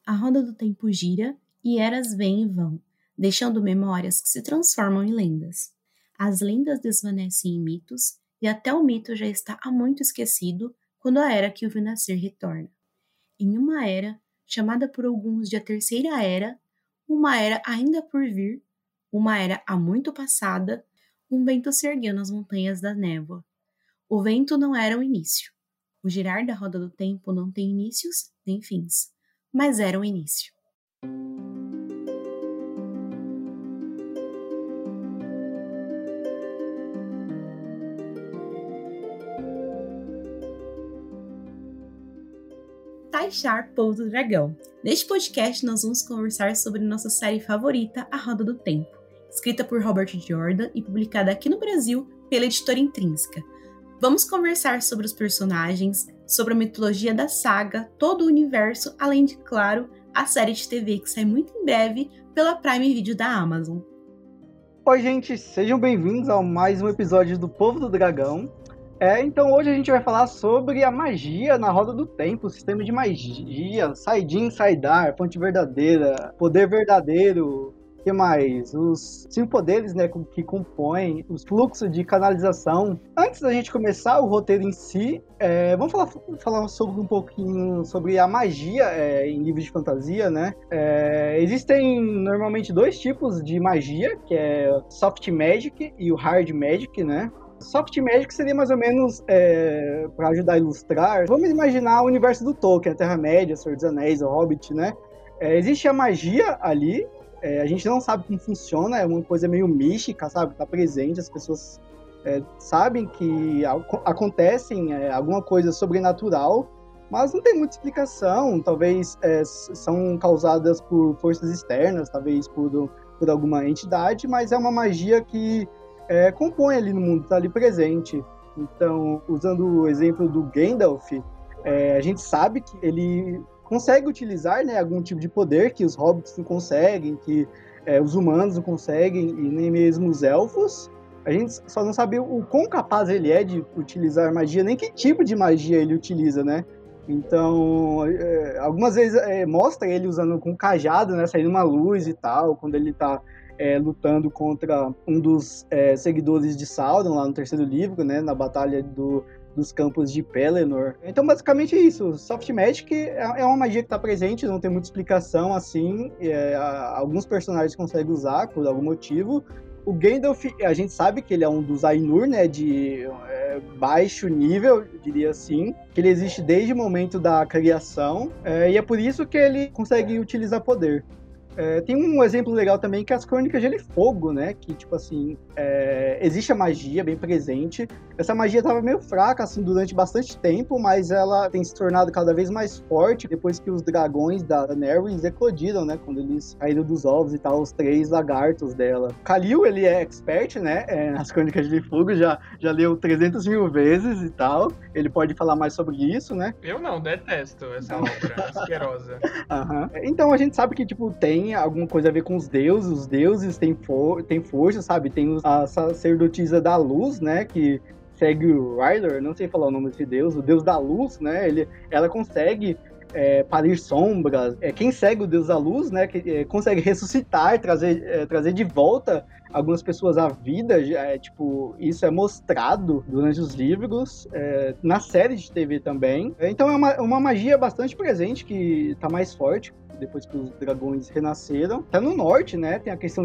A roda do tempo gira e eras vêm e vão, deixando memórias que se transformam em lendas. As lendas desvanecem em mitos e até o mito já está há muito esquecido quando a era que o viu nascer retorna. Em uma era, chamada por alguns de a Terceira Era, uma era ainda por vir, uma era há muito passada, um vento se ergueu nas montanhas da névoa. O vento não era o início. O girar da roda do tempo não tem inícios nem fins, mas era o início. Taixar Povo do Dragão. Neste podcast nós vamos conversar sobre nossa série favorita, A Roda do Tempo, escrita por Robert Jordan e publicada aqui no Brasil pela editora Intrínseca. Vamos conversar sobre os personagens, sobre a mitologia da saga, todo o universo, além de, claro, a série de TV que sai muito em breve pela Prime Video da Amazon. Oi, gente, sejam bem-vindos a mais um episódio do Povo do Dragão. Então hoje a gente vai falar sobre a magia na Roda do Tempo, o sistema de magia, Saidin, Saidar, fonte verdadeira, poder verdadeiro, o que mais? Os 5 poderes, né, que compõem os fluxos de canalização. Antes da gente começar o roteiro em si, vamos falar sobre um pouquinho sobre a magia em livros de fantasia, né? Existem normalmente 2 tipos de magia, que é o Soft Magic e o Hard Magic, né? Soft Magic seria mais ou menos, para ajudar a ilustrar, vamos imaginar o universo do Tolkien, a Terra-média, Senhor dos Anéis, o Hobbit, né? Existe a magia ali, a gente não sabe como funciona, é uma coisa meio mística, sabe? Tá presente, as pessoas sabem que acontecem alguma coisa sobrenatural, mas não tem muita explicação, talvez são causadas por forças externas, talvez por alguma entidade, mas é uma magia que compõe ali no mundo, está ali presente. Então, usando o exemplo do Gandalf, a gente sabe que ele consegue utilizar, né, algum tipo de poder que os hobbits não conseguem, que os humanos não conseguem, e nem mesmo os elfos. A gente só não sabe o quão capaz ele é de utilizar magia, nem que tipo de magia ele utiliza, né? Então, algumas vezes mostra ele usando com cajado, né, saindo uma luz e tal, quando ele está lutando contra um dos seguidores de Sauron, lá no 3º livro, né, na batalha dos campos de Pelennor. Então, basicamente é isso. Soft Magic é uma magia que está presente, não tem muita explicação, assim. Alguns personagens conseguem usar por algum motivo. O Gandalf, a gente sabe que ele é um dos Ainur, né, de baixo nível, diria assim, que ele existe desde o momento da criação, e é por isso que ele consegue utilizar poder. Tem um exemplo legal também que é as Crônicas de Gelo e Fogo, né? Que, tipo assim, existe a magia bem presente. Essa magia estava meio fraca, assim, durante bastante tempo, mas ela tem se tornado cada vez mais forte depois que os dragões da Daenerys eclodiram, né? Quando eles saíram dos ovos e tal, os 3 lagartos dela. Khalil, ele é expert, né? Nas Crônicas de Gelo e Fogo, já leu 300 mil vezes e tal. Ele pode falar mais sobre isso, né? Eu não, detesto essa obra asquerosa. Então a gente sabe que, tipo, tem alguma coisa a ver com os deuses têm força, sabe? Tem a sacerdotisa da luz, né? Que segue o Ryder, não sei falar o nome desse deus, o deus da luz, né? Ela consegue parir sombras. Quem segue o deus da luz, né? Que consegue ressuscitar, trazer de volta algumas pessoas à vida. Tipo, isso é mostrado durante os livros, na série de TV também. Então é uma magia bastante presente, que tá mais forte depois que os dragões renasceram. Tá no norte, né? Tem a questão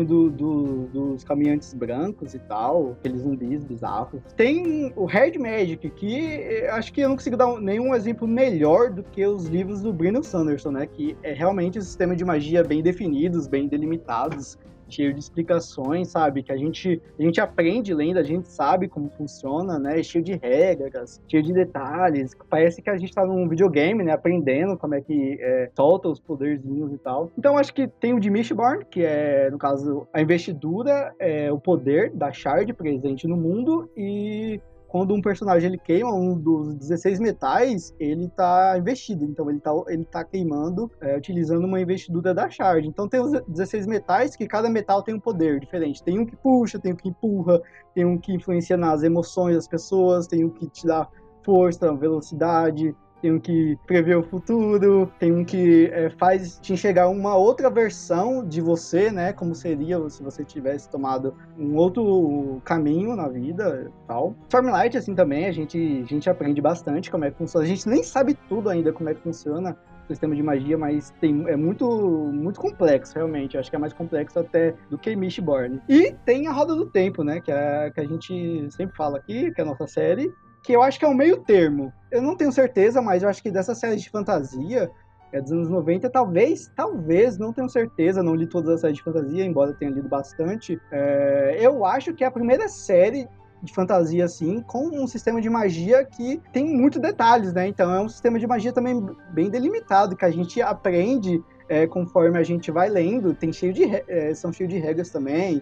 dos caminhantes brancos e tal, aqueles zumbis bizarros. Tem o Hard Magic, que acho que eu não consigo dar nenhum exemplo melhor do que os livros do Brandon Sanderson, né? Que é realmente um sistema de magia bem definidos, bem delimitados, cheio de explicações, sabe? Que a gente aprende lendo, a gente sabe como funciona, né? Cheio de regras, cheio de detalhes. Parece que a gente tá num videogame, né? Aprendendo como é que solta os poderzinhos e tal. Então, acho que tem o de Mistborn, que é, no caso, a investidura, o poder da Shard presente no mundo, e quando um personagem ele queima um dos 16 metais, ele tá investido. Então ele tá queimando, utilizando uma investidura da Shard. Então tem os 16 metais, que cada metal tem um poder diferente. Tem um que puxa, tem um que empurra, tem um que influencia nas emoções das pessoas, tem um que te dá força, velocidade, tem um que prevê o futuro, tem um que faz te enxergar uma outra versão de você, né? Como seria se você tivesse tomado um outro caminho na vida e tal. Stormlight, assim, também, a gente aprende bastante como é que funciona. A gente nem sabe tudo ainda como é que funciona o sistema de magia, mas é muito, muito complexo, realmente. Eu acho que é mais complexo até do que Mistborn. E tem a Roda do Tempo, né? Que a gente sempre fala aqui, que é a nossa série, que eu acho que é um meio termo. Eu não tenho certeza, mas eu acho que dessas séries de fantasia, dos anos 90, talvez, não tenho certeza, não li todas as séries de fantasia, embora tenha lido bastante. Eu acho que é a primeira série de fantasia, assim, com um sistema de magia que tem muitos detalhes, né? Então é um sistema de magia também bem delimitado, que a gente aprende conforme a gente vai lendo, são cheios de regras também.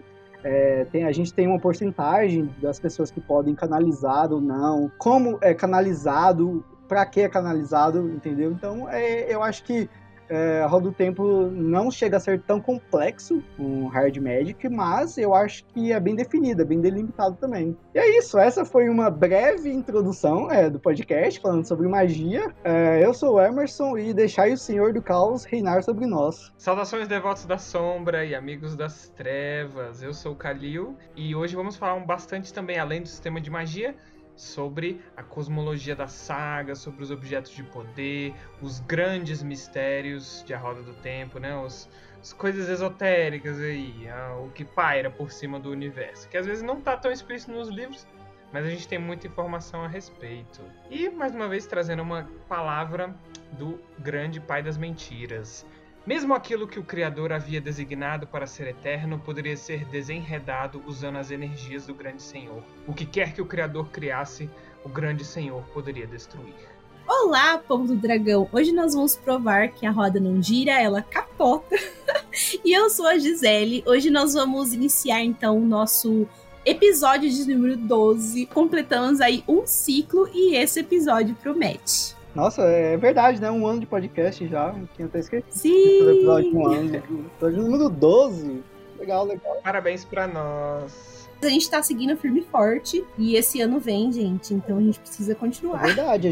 A gente tem uma porcentagem das pessoas que podem canalizar ou não, como é canalizado, para que é canalizado, entendeu? Então, eu acho que a Roda do Tempo não chega a ser tão complexo, um Hard Magic, mas eu acho que é bem definida, bem delimitado também. E é isso, essa foi uma breve introdução do podcast, falando sobre magia. Eu sou o Emerson e deixai o Senhor do Caos reinar sobre nós. Saudações, devotos da sombra e amigos das trevas. Eu sou o Kalil e hoje vamos falar bastante também, além do sistema de magia, sobre a cosmologia da saga, sobre os objetos de poder, os grandes mistérios de A Roda do Tempo, né? As coisas esotéricas aí, o que paira por cima do universo, que às vezes não está tão explícito nos livros, mas a gente tem muita informação a respeito. E, mais uma vez, trazendo uma palavra do grande pai das mentiras. Mesmo aquilo que o Criador havia designado para ser eterno poderia ser desenredado usando as energias do Grande Senhor. O que quer que o Criador criasse, o Grande Senhor poderia destruir. Olá, povo do dragão! Hoje nós vamos provar que a roda não gira, ela capota. E eu sou a Gisele. Hoje nós vamos iniciar então o nosso episódio de número 12. Completamos aí um ciclo e esse episódio promete. Nossa, é verdade, né? 1 ano de podcast já. Não tinha até esquecido. Sim! Episódio de 1 ano. Episódio número 12. Legal. Parabéns pra nós. A gente tá seguindo firme e forte. E esse ano vem, gente. Então a gente precisa continuar. É verdade.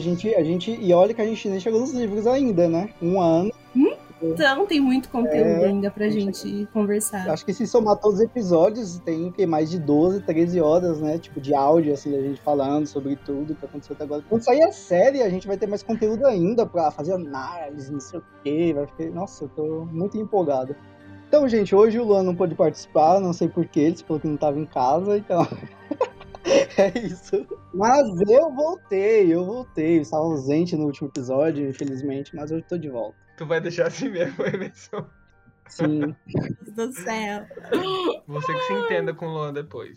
E olha que a gente nem chegou nos livros ainda, né? 1 ano. Então tem muito conteúdo ainda pra gente conversar. Acho que se somar todos os episódios, tem mais de 12, 13 horas, né? Tipo, de áudio, assim, da gente falando sobre tudo que aconteceu até agora. Quando sair a série, a gente vai ter mais conteúdo ainda pra fazer análise, não sei o quê. Nossa, eu tô muito empolgado. Então, gente, hoje o Luan não pôde participar, não sei porquê, ele falou que não tava em casa, então... É isso. Mas eu voltei. Eu estava ausente no último episódio, infelizmente, mas hoje tô de volta. Tu vai deixar assim mesmo, Emerson? Sim. Do céu. Você que se entenda com o Luan depois.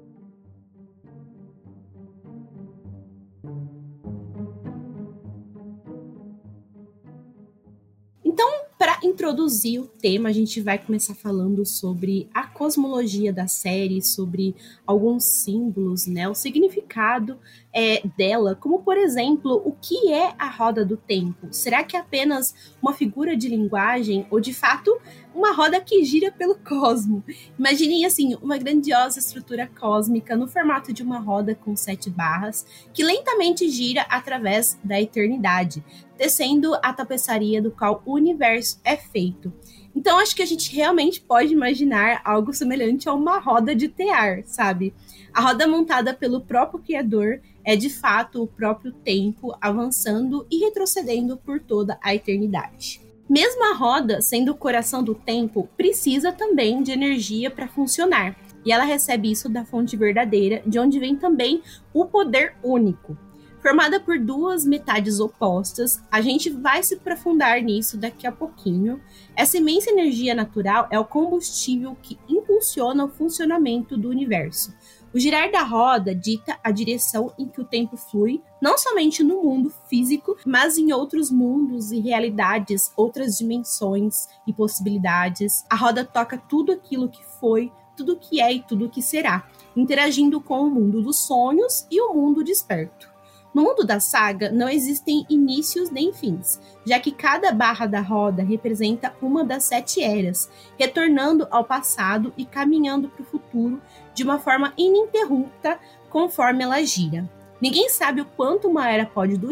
Para introduzir o tema, a gente vai começar falando sobre a cosmologia da série, sobre alguns símbolos, né, o significado dela, como, por exemplo, o que é a Roda do Tempo? Será que é apenas uma figura de linguagem ou, de fato, uma roda que gira pelo cosmo? Imaginem, assim, uma grandiosa estrutura cósmica no formato de uma roda com 7 barras que lentamente gira através da eternidade, tecendo a tapeçaria do qual o universo é feito. Então, acho que a gente realmente pode imaginar algo semelhante a uma roda de tear, sabe? A roda montada pelo próprio Criador é, de fato, o próprio tempo avançando e retrocedendo por toda a eternidade. Mesmo a roda, sendo o coração do tempo, precisa também de energia para funcionar. E ela recebe isso da fonte verdadeira, de onde vem também o poder único. Formada por 2 metades opostas, a gente vai se aprofundar nisso daqui a pouquinho. Essa imensa energia natural é o combustível que impulsiona o funcionamento do universo. O girar da roda dita a direção em que o tempo flui, não somente no mundo físico, mas em outros mundos e realidades, outras dimensões e possibilidades. A roda toca tudo aquilo que foi, tudo que é e tudo que será, interagindo com o mundo dos sonhos e o mundo desperto. No mundo da saga, não existem inícios nem fins, já que cada barra da roda representa uma das 7 eras, retornando ao passado e caminhando para o futuro de uma forma ininterrupta conforme ela gira. Ninguém sabe o quanto uma era pode durar,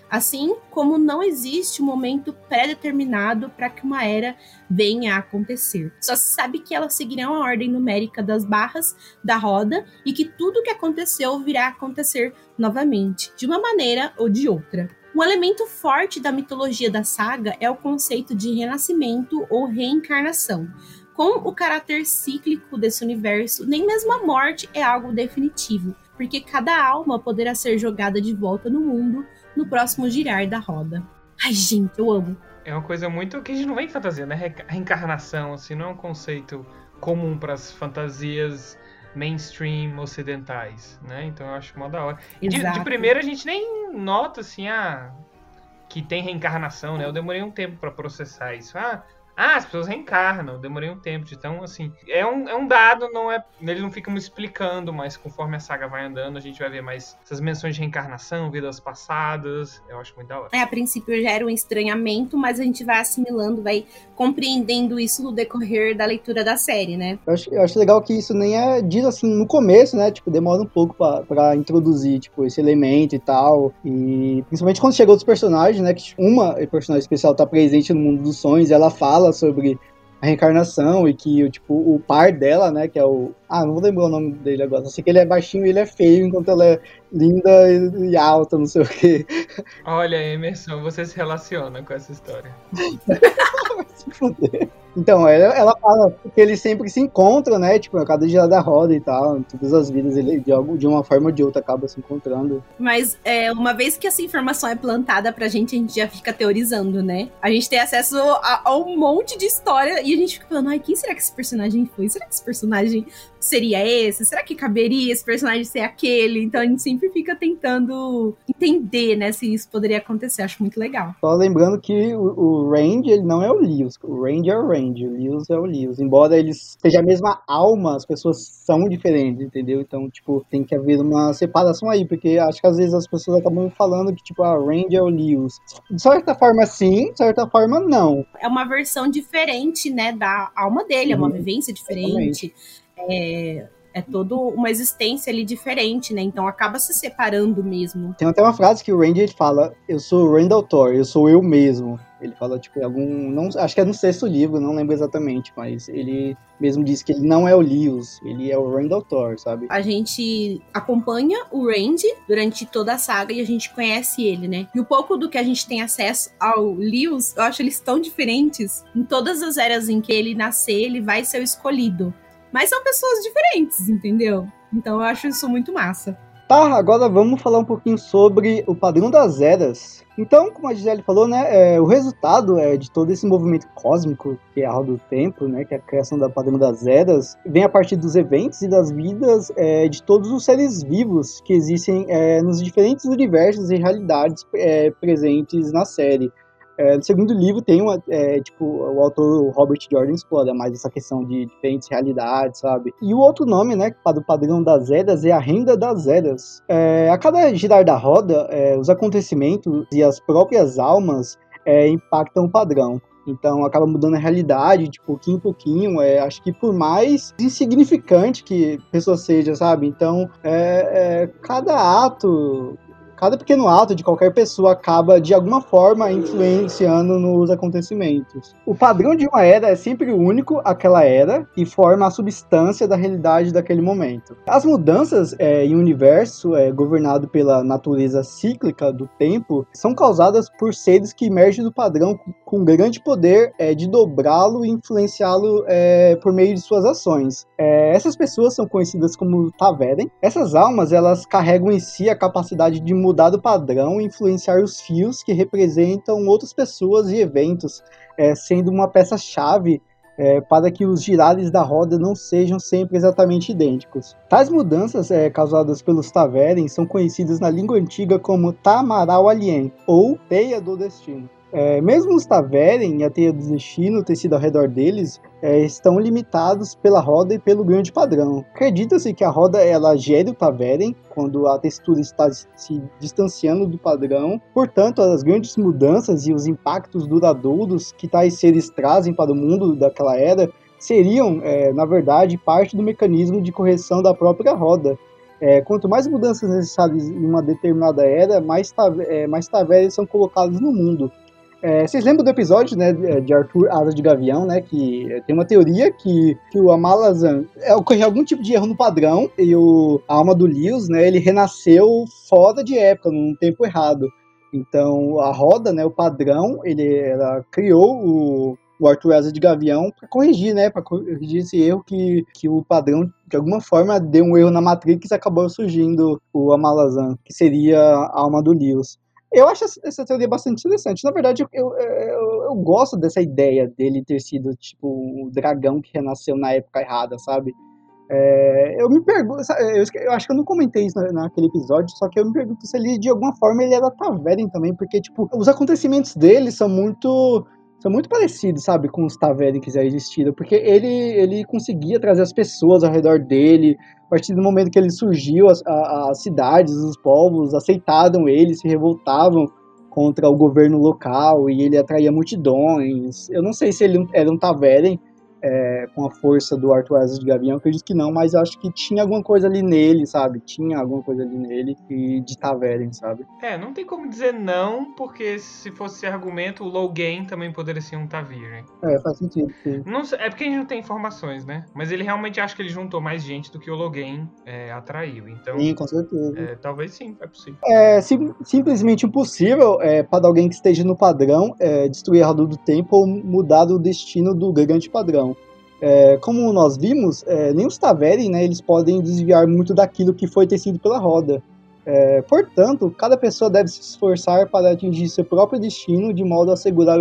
Assim como não existe um momento pré-determinado para que uma era venha a acontecer. Só se sabe que elas seguirão a ordem numérica das barras da roda e que tudo o que aconteceu virá a acontecer novamente, de uma maneira ou de outra. Um elemento forte da mitologia da saga é o conceito de renascimento ou reencarnação. Com o caráter cíclico desse universo, nem mesmo a morte é algo definitivo, porque cada alma poderá ser jogada de volta no mundo no próximo girar da roda. Ai, gente, eu amo. É uma coisa muito que a gente não vem em fantasia, né? Reencarnação, assim, não é um conceito comum para as fantasias mainstream ocidentais, né? Então eu acho mó da hora. De primeira a gente nem nota, assim, que tem reencarnação, né? Eu demorei um tempo para processar isso. As pessoas reencarnam, eu demorei um tempo. Então, assim, é um dado, não é. Eles não ficam me explicando, mas conforme a saga vai andando, a gente vai ver mais essas menções de reencarnação, vidas passadas. Eu acho muito da hora. A princípio já era um estranhamento, mas a gente vai assimilando, vai compreendendo isso no decorrer da leitura da série, né? Eu acho legal que isso nem é dito assim no começo, né? Tipo, demora um pouco pra introduzir, tipo, esse elemento e tal. E principalmente quando chegou os personagens, né? Que uma personagem especial tá presente no mundo dos sonhos e ela fala sobre a reencarnação e que tipo, o par dela, né, que é o... não vou lembrar o nome dele agora, só sei que ele é baixinho e ele é feio, enquanto ela é linda e alta, não sei o quê. Olha, Emerson, você se relaciona com essa história. Se fuder. Então, ela fala que eles sempre se encontram, né? Tipo, a cada dia da roda e tal. Em todas as vidas, ele de uma forma ou de outra acaba se encontrando. Mas uma vez que essa informação é plantada pra gente, a gente já fica teorizando, né? A gente tem acesso a um monte de história e a gente fica falando, quem será que esse personagem foi? Será que esse personagem seria esse? Será que caberia esse personagem ser aquele? Então a gente sempre fica tentando entender, né, se isso poderia acontecer. Acho muito legal. Só lembrando que o Randy, ele não é o Lewis. O Randy é o Randy, o Lewis é o Lewis. Embora eles sejam a mesma alma, as pessoas são diferentes, entendeu? Então, tipo, tem que haver uma separação aí, porque acho que às vezes as pessoas acabam falando que, tipo, o Randy é o Lewis. De certa forma, sim, de certa forma, não. É uma versão diferente, né, da alma dele, é uma vivência diferente. É toda uma existência ali diferente, né? Então acaba se separando mesmo. Tem até uma frase que o Randy ele fala: eu sou o Randall Thor, eu sou eu mesmo. Ele fala, tipo, acho que é no 6º livro, não lembro exatamente, mas ele mesmo diz que ele não é o Lewis, ele é o Randall Thor, sabe? A gente acompanha o Randy durante toda a saga e a gente conhece ele, né? E o pouco do que a gente tem acesso ao Lewis, eu acho eles tão diferentes. Em todas as eras em que ele nascer, ele vai ser o escolhido. Mas são pessoas diferentes, entendeu? Então eu acho isso muito massa. Tá, agora vamos falar um pouquinho sobre o padrão das eras. Então, como a Gisele falou, né, o resultado de todo esse movimento cósmico, que é a roda do tempo, né, que é a criação do padrão das eras, vem a partir dos eventos e das vidas de todos os seres vivos que existem nos diferentes universos e realidades presentes na série. No 2º livro tem o autor Robert Jordan explora mais essa questão de diferentes realidades, sabe? E o outro nome, né, para o padrão das eras é a renda das eras. A cada girar da roda, os acontecimentos e as próprias almas impactam o padrão. Então acaba mudando a realidade de pouquinho em pouquinho. Acho que por mais insignificante que a pessoa seja, sabe? Então cada pequeno ato de qualquer pessoa acaba, de alguma forma, influenciando nos acontecimentos. O padrão de uma era é sempre único àquela era e forma a substância da realidade daquele momento. As mudanças em um universo governado pela natureza cíclica do tempo são causadas por seres que emergem do padrão com grande poder de dobrá-lo e influenciá-lo por meio de suas ações. Essas pessoas são conhecidas como Taveren. Essas almas, elas carregam em si a capacidade de mudar do padrão e influenciar os fios que representam outras pessoas e eventos, sendo uma peça-chave para que os girares da roda não sejam sempre exatamente idênticos. Tais mudanças causadas pelos Taveren são conhecidas na língua antiga como Tamaral Alien, ou Teia do Destino. Mesmo os Taveren e a Teia do Destino, o tecido ao redor deles, estão limitados pela roda e pelo grande padrão. Acredita-se que a roda ela gere o Taveren quando a textura está se distanciando do padrão. Portanto, as grandes mudanças e os impactos duradouros que tais seres trazem para o mundo daquela era seriam, na verdade, parte do mecanismo de correção da própria roda. Quanto mais mudanças necessárias em uma determinada era, mais Taverns são colocados no mundo. Vocês lembram do episódio, né, de Arthur Asa de Gavião, né, que tem uma teoria que o Amalazan ocorreu algum tipo de erro no padrão e a alma do Lewis, né, ele renasceu fora de época, num tempo errado. Então a roda, né, o padrão, ela criou o Arthur Asa de Gavião para corrigir, né, para corrigir esse erro que o padrão de alguma forma deu um erro na Matrix e acabou surgindo o Amalazan, que seria a alma do Lewis. Eu acho essa teoria bastante interessante. Na verdade, eu gosto dessa ideia dele ter sido, tipo, o dragão que renasceu na época errada, sabe? Eu me pergunto... Eu acho que eu não comentei isso naquele episódio, só que eu me pergunto se ele, de alguma forma, ele era Targaryen também, porque, tipo, os acontecimentos dele são muito parecidos, sabe, com os Targaryen que já existiram, porque ele conseguia trazer as pessoas ao redor dele. A partir do momento que ele surgiu, as cidades, os povos aceitaram ele, se revoltavam contra o governo local e ele atraía multidões. Eu não sei se ele era um Targaryen com a força do Arthur Asa de Gavião, eu acredito que não, mas eu acho que tinha alguma coisa ali nele, sabe? Tinha alguma coisa ali nele e de Targaryen, sabe? Não tem como dizer não, porque se fosse esse argumento, o Logain também poderia ser um Targaryen. Faz sentido, sim. Não, é porque a gente não tem informações, né? Mas ele realmente acha que ele juntou mais gente do que o Logain atraiu. Então, sim, com certeza. Talvez sim, é possível. Simplesmente impossível para alguém que esteja no padrão destruir a roda do tempo ou mudar o destino do grande padrão. Como nós vimos, nem os Targaryen, né, eles podem desviar muito daquilo que foi tecido pela roda. Portanto, cada pessoa deve se esforçar para atingir seu próprio destino de modo a assegurar o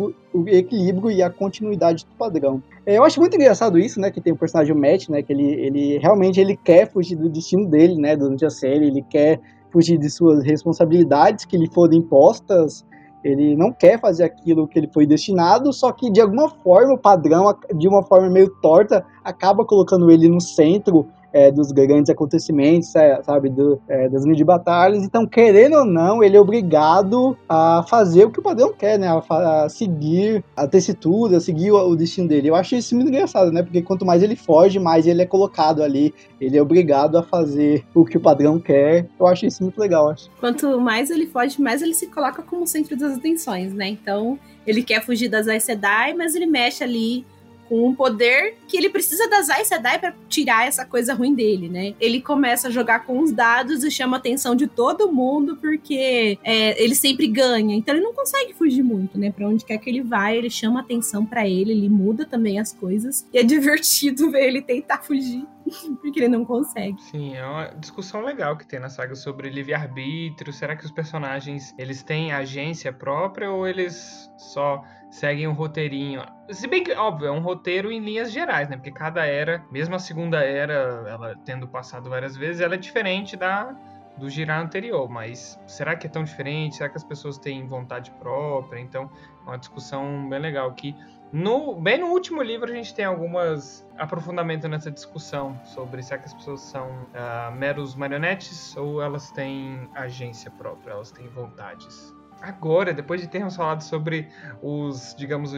equilíbrio e a continuidade do padrão. Eu acho muito engraçado isso, né, que tem o personagem Matt, né, que ele realmente quer fugir do destino dele, né, durante a série, ele quer fugir de suas responsabilidades que lhe foram impostas. Ele não quer fazer aquilo que ele foi destinado, só que de alguma forma o padrão, de uma forma meio torta, acaba colocando ele no centro dos grandes acontecimentos, sabe, das grandes batalhas. Então, querendo ou não, ele é obrigado a fazer o que o padrão quer, né, a seguir a tessitura, a seguir o destino dele. Eu acho isso muito engraçado, né, porque quanto mais ele foge, mais ele é colocado ali, ele é obrigado a fazer o que o padrão quer. Eu acho isso muito legal, acho. Quanto mais ele foge, mais ele se coloca como centro das atenções, né? Então, ele quer fugir das Aes Sedai, mas ele mexe ali com um poder que ele precisa das Aes Sedai pra tirar essa coisa ruim dele, né? Ele começa a jogar com os dados e chama a atenção de todo mundo porque ele sempre ganha. Então ele não consegue fugir muito, né? Pra onde quer que ele vai, ele chama a atenção pra ele muda também as coisas. E é divertido ver ele tentar fugir, porque ele não consegue. Sim, é uma discussão legal que tem na saga sobre livre-arbítrio. Será que os personagens, eles têm agência própria ou eles só seguem um roteirinho? Se bem que, óbvio, é um roteiro em linhas gerais, né? Porque cada era, mesmo a segunda era, ela tendo passado várias vezes, ela é diferente do girar anterior. Mas será que é tão diferente? Será que as pessoas têm vontade própria? Então, é uma discussão bem legal aqui. Bem no último livro a gente tem algumas aprofundamento nessa discussão sobre se é que as pessoas são meros marionetes ou elas têm agência própria, elas têm vontades. Agora, depois de termos falado sobre os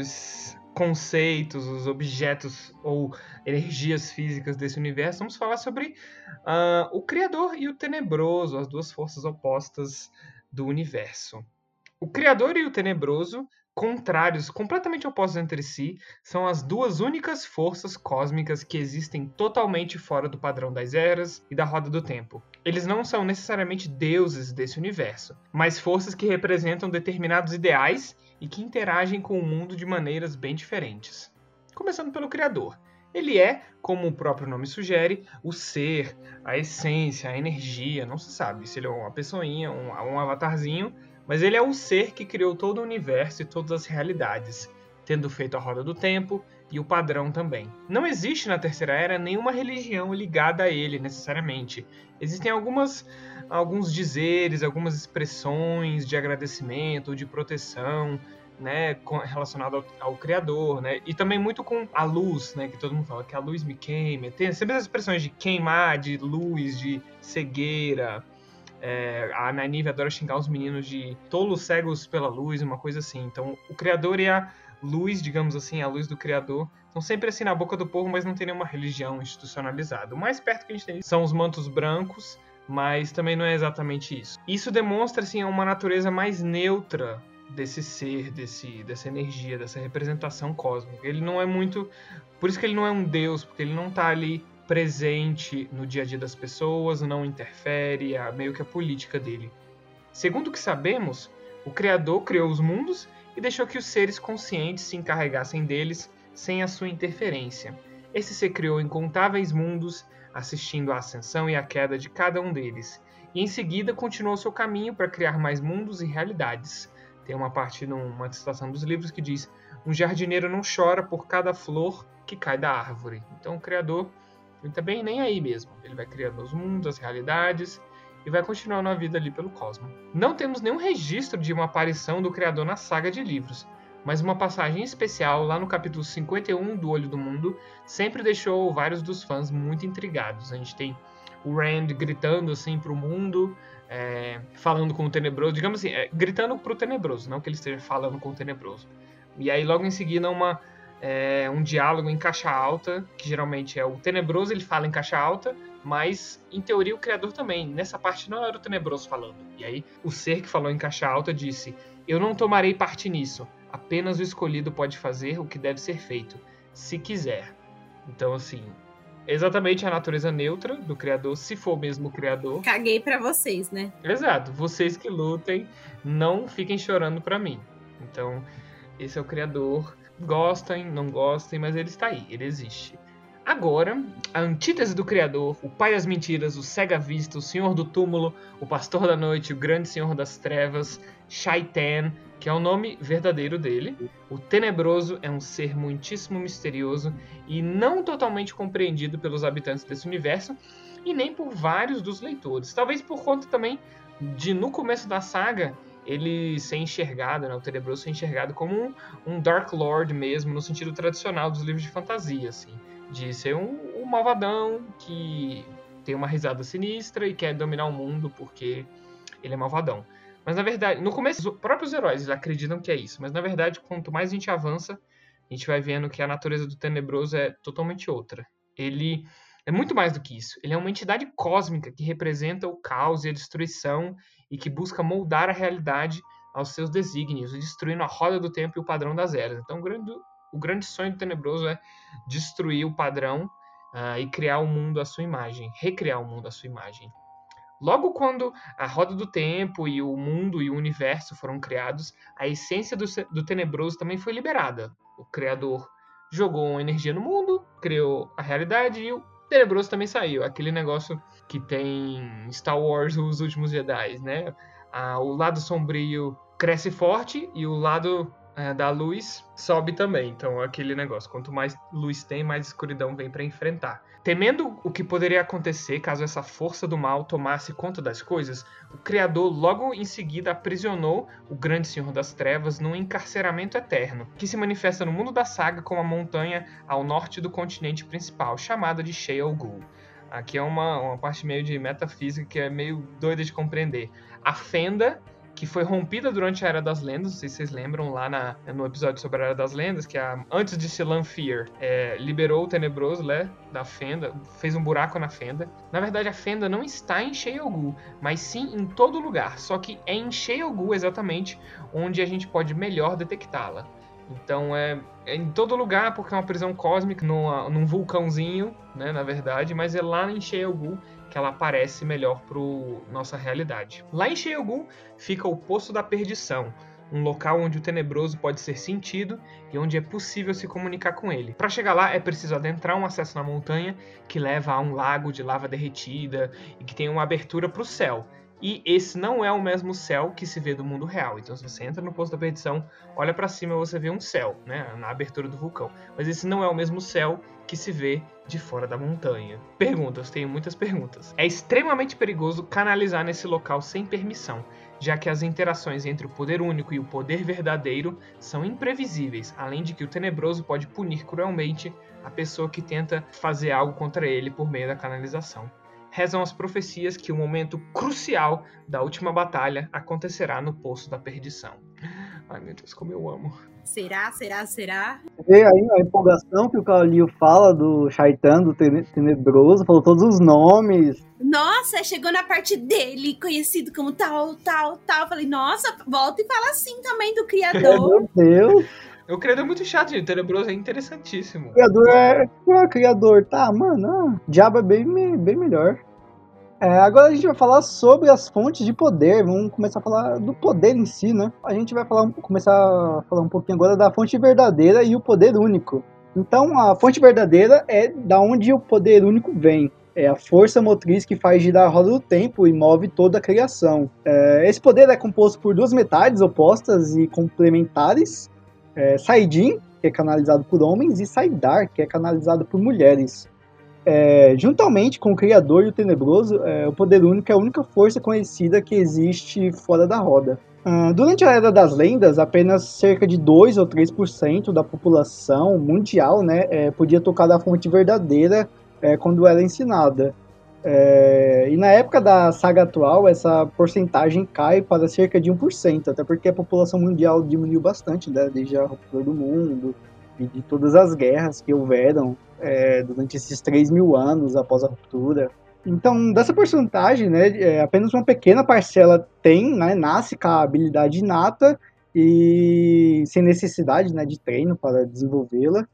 conceitos, os objetos ou energias físicas desse universo, vamos falar sobre o Criador e o Tenebroso, as duas forças opostas do universo. O Criador e o Tenebroso, contrários, completamente opostos entre si, são as duas únicas forças cósmicas que existem totalmente fora do padrão das eras e da roda do tempo. Eles não são necessariamente deuses desse universo, mas forças que representam determinados ideais e que interagem com o mundo de maneiras bem diferentes. Começando pelo Criador. Ele é, como o próprio nome sugere, o ser, a essência, a energia, não se sabe se ele é uma pessoinha, um avatarzinho, mas ele é o ser que criou todo o universo e todas as realidades, tendo feito a roda do tempo e o padrão também. Não existe na Terceira Era nenhuma religião ligada a ele, necessariamente. Existem alguns dizeres, algumas expressões de agradecimento ou de proteção, né, relacionado ao Criador, né, e também muito com a luz, né, que todo mundo fala que a luz me queima. Tem sempre as expressões de queimar, de luz, de cegueira. A Nynaeve adora xingar os meninos de tolos cegos pela luz, uma coisa assim. Então, o Criador é luz, digamos assim, a luz do Criador. Estão sempre assim na boca do povo, mas não tem nenhuma religião institucionalizada. O mais perto que a gente tem são os mantos brancos, mas também não é exatamente isso. Isso demonstra assim, uma natureza mais neutra desse ser, dessa energia, dessa representação cósmica. Ele não é muito... Por isso que ele não é um deus, porque ele não está ali presente no dia a dia das pessoas, não interfere, é meio que a política dele. Segundo o que sabemos, o Criador criou os mundos e deixou que os seres conscientes se encarregassem deles sem a sua interferência. Esse ser criou incontáveis mundos, assistindo à ascensão e à queda de cada um deles, e em seguida continuou seu caminho para criar mais mundos e realidades. Tem uma parte numa citação dos livros que diz: um jardineiro não chora por cada flor que cai da árvore. Então o Criador não está bem nem aí mesmo. Ele vai criando os mundos, as realidades, e vai continuando a vida ali pelo cosmos. Não temos nenhum registro de uma aparição do Criador na saga de livros, mas uma passagem especial lá no capítulo 51 do Olho do Mundo sempre deixou vários dos fãs muito intrigados. A gente tem o Rand gritando assim para o mundo, falando com o Tenebroso, digamos assim, gritando para o Tenebroso, não que ele esteja falando com o Tenebroso. E aí logo em seguida um diálogo em caixa alta, que geralmente é o Tenebroso, ele fala em caixa alta, mas em teoria o Criador também. Nessa parte não era o Tenebroso falando. E aí o ser que falou em caixa alta disse: eu não tomarei parte nisso, apenas o escolhido pode fazer o que deve ser feito, se quiser. Então assim, exatamente a natureza neutra do Criador, se for mesmo o Criador. Caguei pra vocês, né? Exato, vocês que lutem, não fiquem chorando pra mim. Então esse é o Criador. Gostem, não gostem, mas ele está aí, ele existe. Agora, a antítese do Criador, o pai das mentiras, o cega vista, o senhor do túmulo, o pastor da noite, o grande senhor das trevas, Shaitan, que é o nome verdadeiro dele. O Tenebroso é um ser muitíssimo misterioso e não totalmente compreendido pelos habitantes desse universo e nem por vários dos leitores. Talvez por conta também de, no começo da saga, ele ser enxergado, né, o Tenebroso ser enxergado como um Dark Lord mesmo, no sentido tradicional dos livros de fantasia, assim, de ser um malvadão que tem uma risada sinistra e quer dominar o mundo porque ele é malvadão. Mas na verdade, no começo, os próprios heróis acreditam que é isso, mas na verdade, quanto mais a gente avança, a gente vai vendo que a natureza do Tenebroso é totalmente outra. Ele é muito mais do que isso. Ele é uma entidade cósmica que representa o caos e a destruição e que busca moldar a realidade aos seus desígnios, destruindo a roda do tempo e o padrão das eras. Então, o grande sonho do Tenebroso é destruir o padrão e criar o mundo à sua imagem, recriar o mundo à sua imagem. Logo quando a roda do tempo e o mundo e o universo foram criados, a essência do Tenebroso também foi liberada. O Criador jogou uma energia no mundo, criou a realidade e o Tenebroso também saiu. Aquele negócio que tem Star Wars, Os Últimos Jedi, né? O lado sombrio cresce forte e o lado da luz sobe também. Então, aquele negócio. Quanto mais luz tem, mais escuridão vem para enfrentar. Temendo o que poderia acontecer caso essa força do mal tomasse conta das coisas, o Criador logo em seguida aprisionou o Grande Senhor das Trevas num encarceramento eterno, que se manifesta no mundo da saga como a montanha ao norte do continente principal, chamada de Sheol Gul. Aqui é uma parte meio de metafísica que é meio doida de compreender. A fenda que foi rompida durante a Era das Lendas, não sei se vocês lembram lá no episódio sobre a Era das Lendas, que antes de se Lanfear, liberou o Tenebroso, né, da fenda, fez um buraco na fenda. Na verdade, a fenda não está em Sheol Gul, mas sim em todo lugar, só que é em Sheol Gul exatamente onde a gente pode melhor detectá-la. Então é em todo lugar, porque é uma prisão cósmica num vulcãozinho, né, na verdade, mas é lá em Sheol Gul que ela aparece melhor para nossa realidade. Lá em Sheol Gul fica o Poço da Perdição, um local onde o Tenebroso pode ser sentido e onde é possível se comunicar com ele. Para chegar lá é preciso adentrar um acesso na montanha que leva a um lago de lava derretida e que tem uma abertura para o céu. E esse não é o mesmo céu que se vê do mundo real. Então, se você entra no Poço da Perdição, olha para cima e você vê um céu, né, na abertura do vulcão. Mas esse não é o mesmo céu que se vê de fora da montanha. Perguntas, tenho muitas perguntas. É extremamente perigoso canalizar nesse local sem permissão, já que as interações entre o poder único e o poder verdadeiro são imprevisíveis, além de que o Tenebroso pode punir cruelmente a pessoa que tenta fazer algo contra ele por meio da canalização. Rezam as profecias que o momento crucial da última batalha acontecerá no Poço da Perdição. Ai, meu Deus, como eu amo. Será? Vê aí a empolgação que o Kalil fala do Shaitan, do Tenebroso, falou todos os nomes. Nossa, chegou na parte dele, conhecido como tal. Falei, nossa, volta e fala assim também do criador. Meu Deus. O criador é muito chato, gente. O Tenebroso é interessantíssimo. O criador criador, tá, mano. Diabo é bem melhor. Agora a gente vai falar sobre as fontes de poder. Vamos começar a falar do poder em si, né? A gente vai começar a falar um pouquinho agora da fonte verdadeira e o poder único. Então, a fonte verdadeira é da onde o poder único vem. É a força motriz que faz girar a roda do tempo e move toda a criação. Esse poder é composto por duas metades opostas e complementares. Saidin, que é canalizado por homens, e Saidar, que é canalizado por mulheres. Juntamente com o Criador e o Tenebroso, o Poder Único é a única força conhecida que existe fora da roda. Durante a Era das Lendas, apenas cerca de 2 ou 3% da população mundial, né, podia tocar da fonte verdadeira quando era ensinada. E na época da saga atual, essa porcentagem cai para cerca de 1%, até porque a população mundial diminuiu bastante, né, desde a ruptura do mundo e de todas as guerras que houveram durante esses 3.000 anos após a ruptura. Então, dessa porcentagem, né, apenas uma pequena parcela nasce com a habilidade inata e sem necessidade, né, de treino para desenvolvê-la.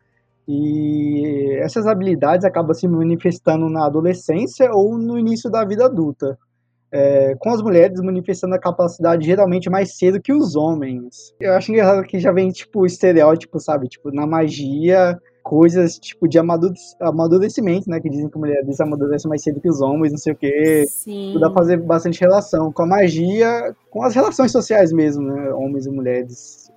E essas habilidades acabam se manifestando na adolescência ou no início da vida adulta, com as mulheres manifestando a capacidade geralmente mais cedo que os homens. Eu acho engraçado que já vem, tipo, o estereótipo, sabe? Tipo, na magia, coisas, tipo, de amadurecimento, né? Que dizem que mulheres amadurecem mais cedo que os homens, não sei o quê. Sim. Dá pra fazer bastante relação com a magia, com as relações sociais mesmo, né? Homens e mulheres.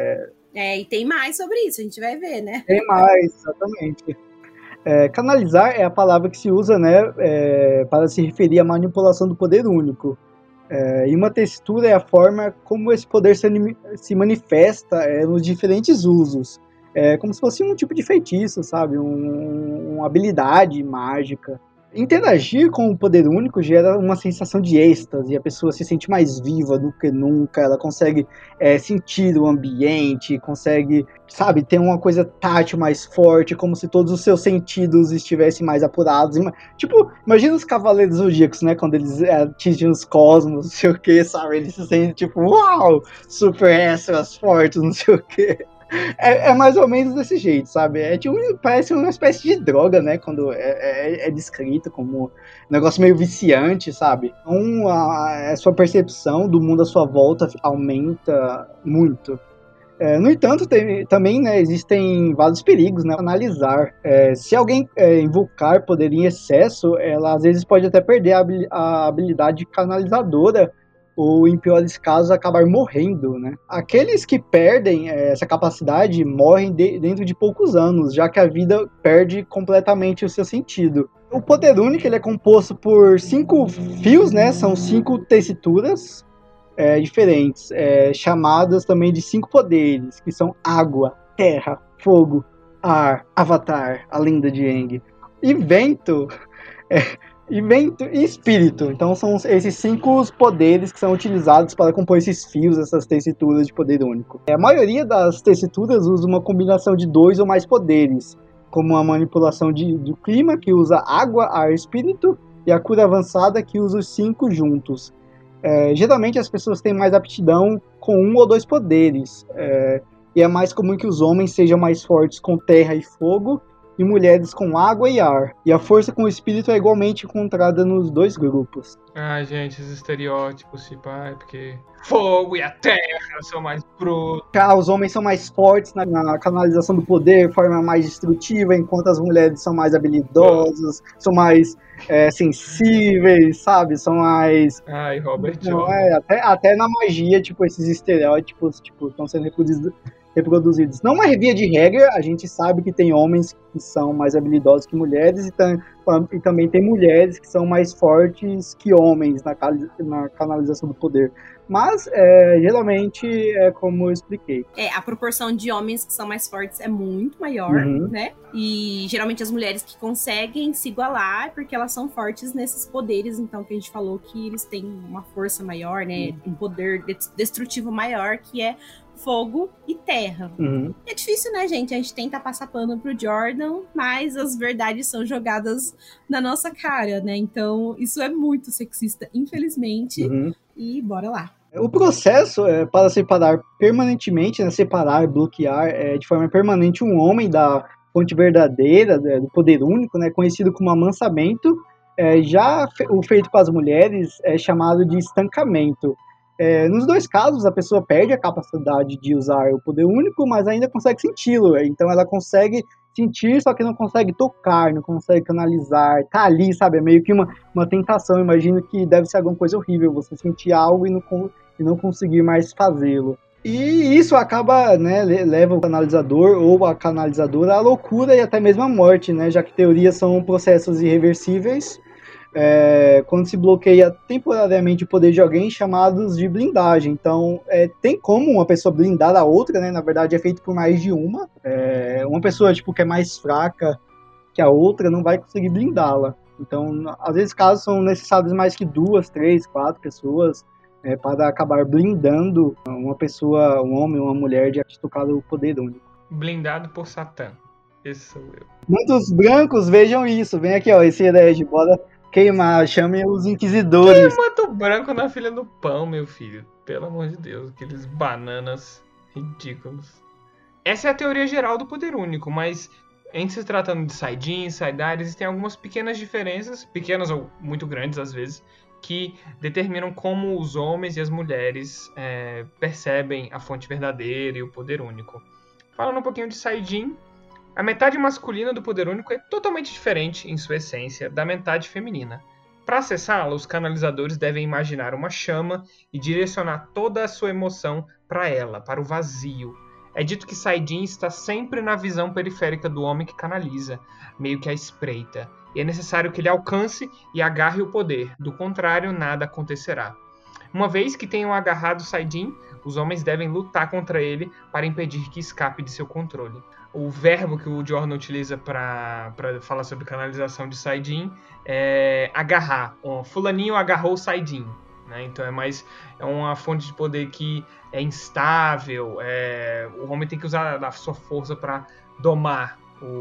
E tem mais sobre isso, a gente vai ver, né? Tem mais, exatamente. Canalizar é a palavra que se usa, né, para se referir à manipulação do poder único. E uma textura é a forma como esse poder se manifesta nos diferentes usos. Como se fosse um tipo de feitiço, sabe? Uma habilidade mágica. Interagir com o poder único gera uma sensação de êxtase, a pessoa se sente mais viva do que nunca, ela consegue sentir o ambiente, consegue, sabe, ter uma coisa tátil mais forte, como se todos os seus sentidos estivessem mais apurados. Tipo, imagina os Cavaleiros Zodíacos, né, quando eles atingem os cosmos, não sei o que, sabe, eles se sentem tipo, uau, super extras fortes, não sei o que. É mais ou menos desse jeito, sabe? Parece uma espécie de droga, né? Quando é descrito como um negócio meio viciante, sabe? Então, a sua percepção do mundo à sua volta aumenta muito. No entanto, também, né, existem vários perigos, né? Analisar. Se alguém invocar poder em excesso, ela às vezes pode até perder a habilidade canalizadora, ou, em piores casos, acabar morrendo, né? Aqueles que perdem essa capacidade morrem dentro de poucos anos, já que a vida perde completamente o seu sentido. O poder único ele é composto por 5 fios, né? São 5 tessituras diferentes, chamadas também de 5 poderes, que são água, terra, fogo, ar, avatar, a lenda de Aang, e vento. E vento e espírito. Então são esses 5 poderes que são utilizados para compor esses fios, essas tessituras de poder único. A maioria das tessituras usa uma combinação de 2 ou mais poderes, como a manipulação do clima, que usa água, ar e espírito, e a cura avançada, que usa os 5 juntos. Geralmente as pessoas têm mais aptidão com 1 ou 2 poderes, e é mais comum que os homens sejam mais fortes com terra e fogo, e mulheres com água e ar. E a força com o espírito é igualmente encontrada nos 2 grupos. Ai, gente, esses estereótipos, tipo, porque fogo e a terra são mais brutos. Os homens são mais fortes na canalização do poder, forma mais destrutiva, enquanto as mulheres são mais habilidosas, são mais sensíveis, sabe? São mais... Ai, Robert. Não, até na magia, tipo, esses estereótipos, tipo, estão sendo reproduzidos. Não uma via de regra, a gente sabe que tem homens que são mais habilidosos que mulheres e também tem mulheres que são mais fortes que homens na canalização do poder. Mas, geralmente, é como eu expliquei. A proporção de homens que são mais fortes é muito maior, né? E, geralmente, as mulheres que conseguem se igualar porque elas são fortes nesses poderes, então, que a gente falou que eles têm uma força maior, né? Um poder destrutivo maior, que é fogo e terra. Uhum. É difícil, né, gente? A gente tenta passar pano pro Jordan, mas as verdades são jogadas na nossa cara, né? Então, isso é muito sexista, infelizmente. Uhum. E bora lá. O processo é para separar permanentemente, né, separar, bloquear de forma permanente um homem da fonte verdadeira, do poder único, né, conhecido como amansamento. O feito com as mulheres é chamado de estancamento. Nos dois casos, a pessoa perde a capacidade de usar o poder único, mas ainda consegue senti-lo. Então ela consegue sentir, só que não consegue tocar, não consegue canalizar. Tá ali, sabe? É meio que uma tentação. Imagino que deve ser alguma coisa horrível, você sentir algo e não conseguir mais fazê-lo. E isso acaba, né, leva o canalizador ou a canalizadora à loucura e até mesmo à morte, né, já que teorias são processos irreversíveis, quando se bloqueia temporariamente o poder de alguém, chamados de blindagem. Então, tem como uma pessoa blindar a outra, né, na verdade é feito por mais de uma. Uma pessoa tipo, que é mais fraca que a outra não vai conseguir blindá-la. Então, às vezes, casos são necessários mais que 2, 3, 4 pessoas para acabar blindando uma pessoa, um homem ou uma mulher de tocar o poder único. Blindado por Satã. Esse sou eu. Muitos brancos vejam isso. Vem aqui, ó, esse herege, bora queimar, chamem os inquisidores. Quem mata o branco na filha do pão, meu filho? Pelo amor de Deus, aqueles bananas ridículos. Essa é a teoria geral do poder único, mas em se tratando de Saidin, Saidar, existem algumas pequenas diferenças, pequenas ou muito grandes às vezes, que determinam como os homens e as mulheres percebem a fonte verdadeira e o poder único. Falando um pouquinho de Saidin, a metade masculina do poder único é totalmente diferente, em sua essência, da metade feminina. Para acessá-la, os canalizadores devem imaginar uma chama e direcionar toda a sua emoção para ela, para o vazio. É dito que Saidin está sempre na visão periférica do homem que canaliza, meio que à espreita, e é necessário que ele alcance e agarre o poder, do contrário, nada acontecerá. Uma vez que tenham agarrado Saidin, os homens devem lutar contra ele para impedir que escape de seu controle. O verbo que o Jordan utiliza para falar sobre canalização de Saidin é agarrar. Fulaninho agarrou Saidin. Né? Então é uma fonte de poder que é instável. O homem tem que usar a sua força para domar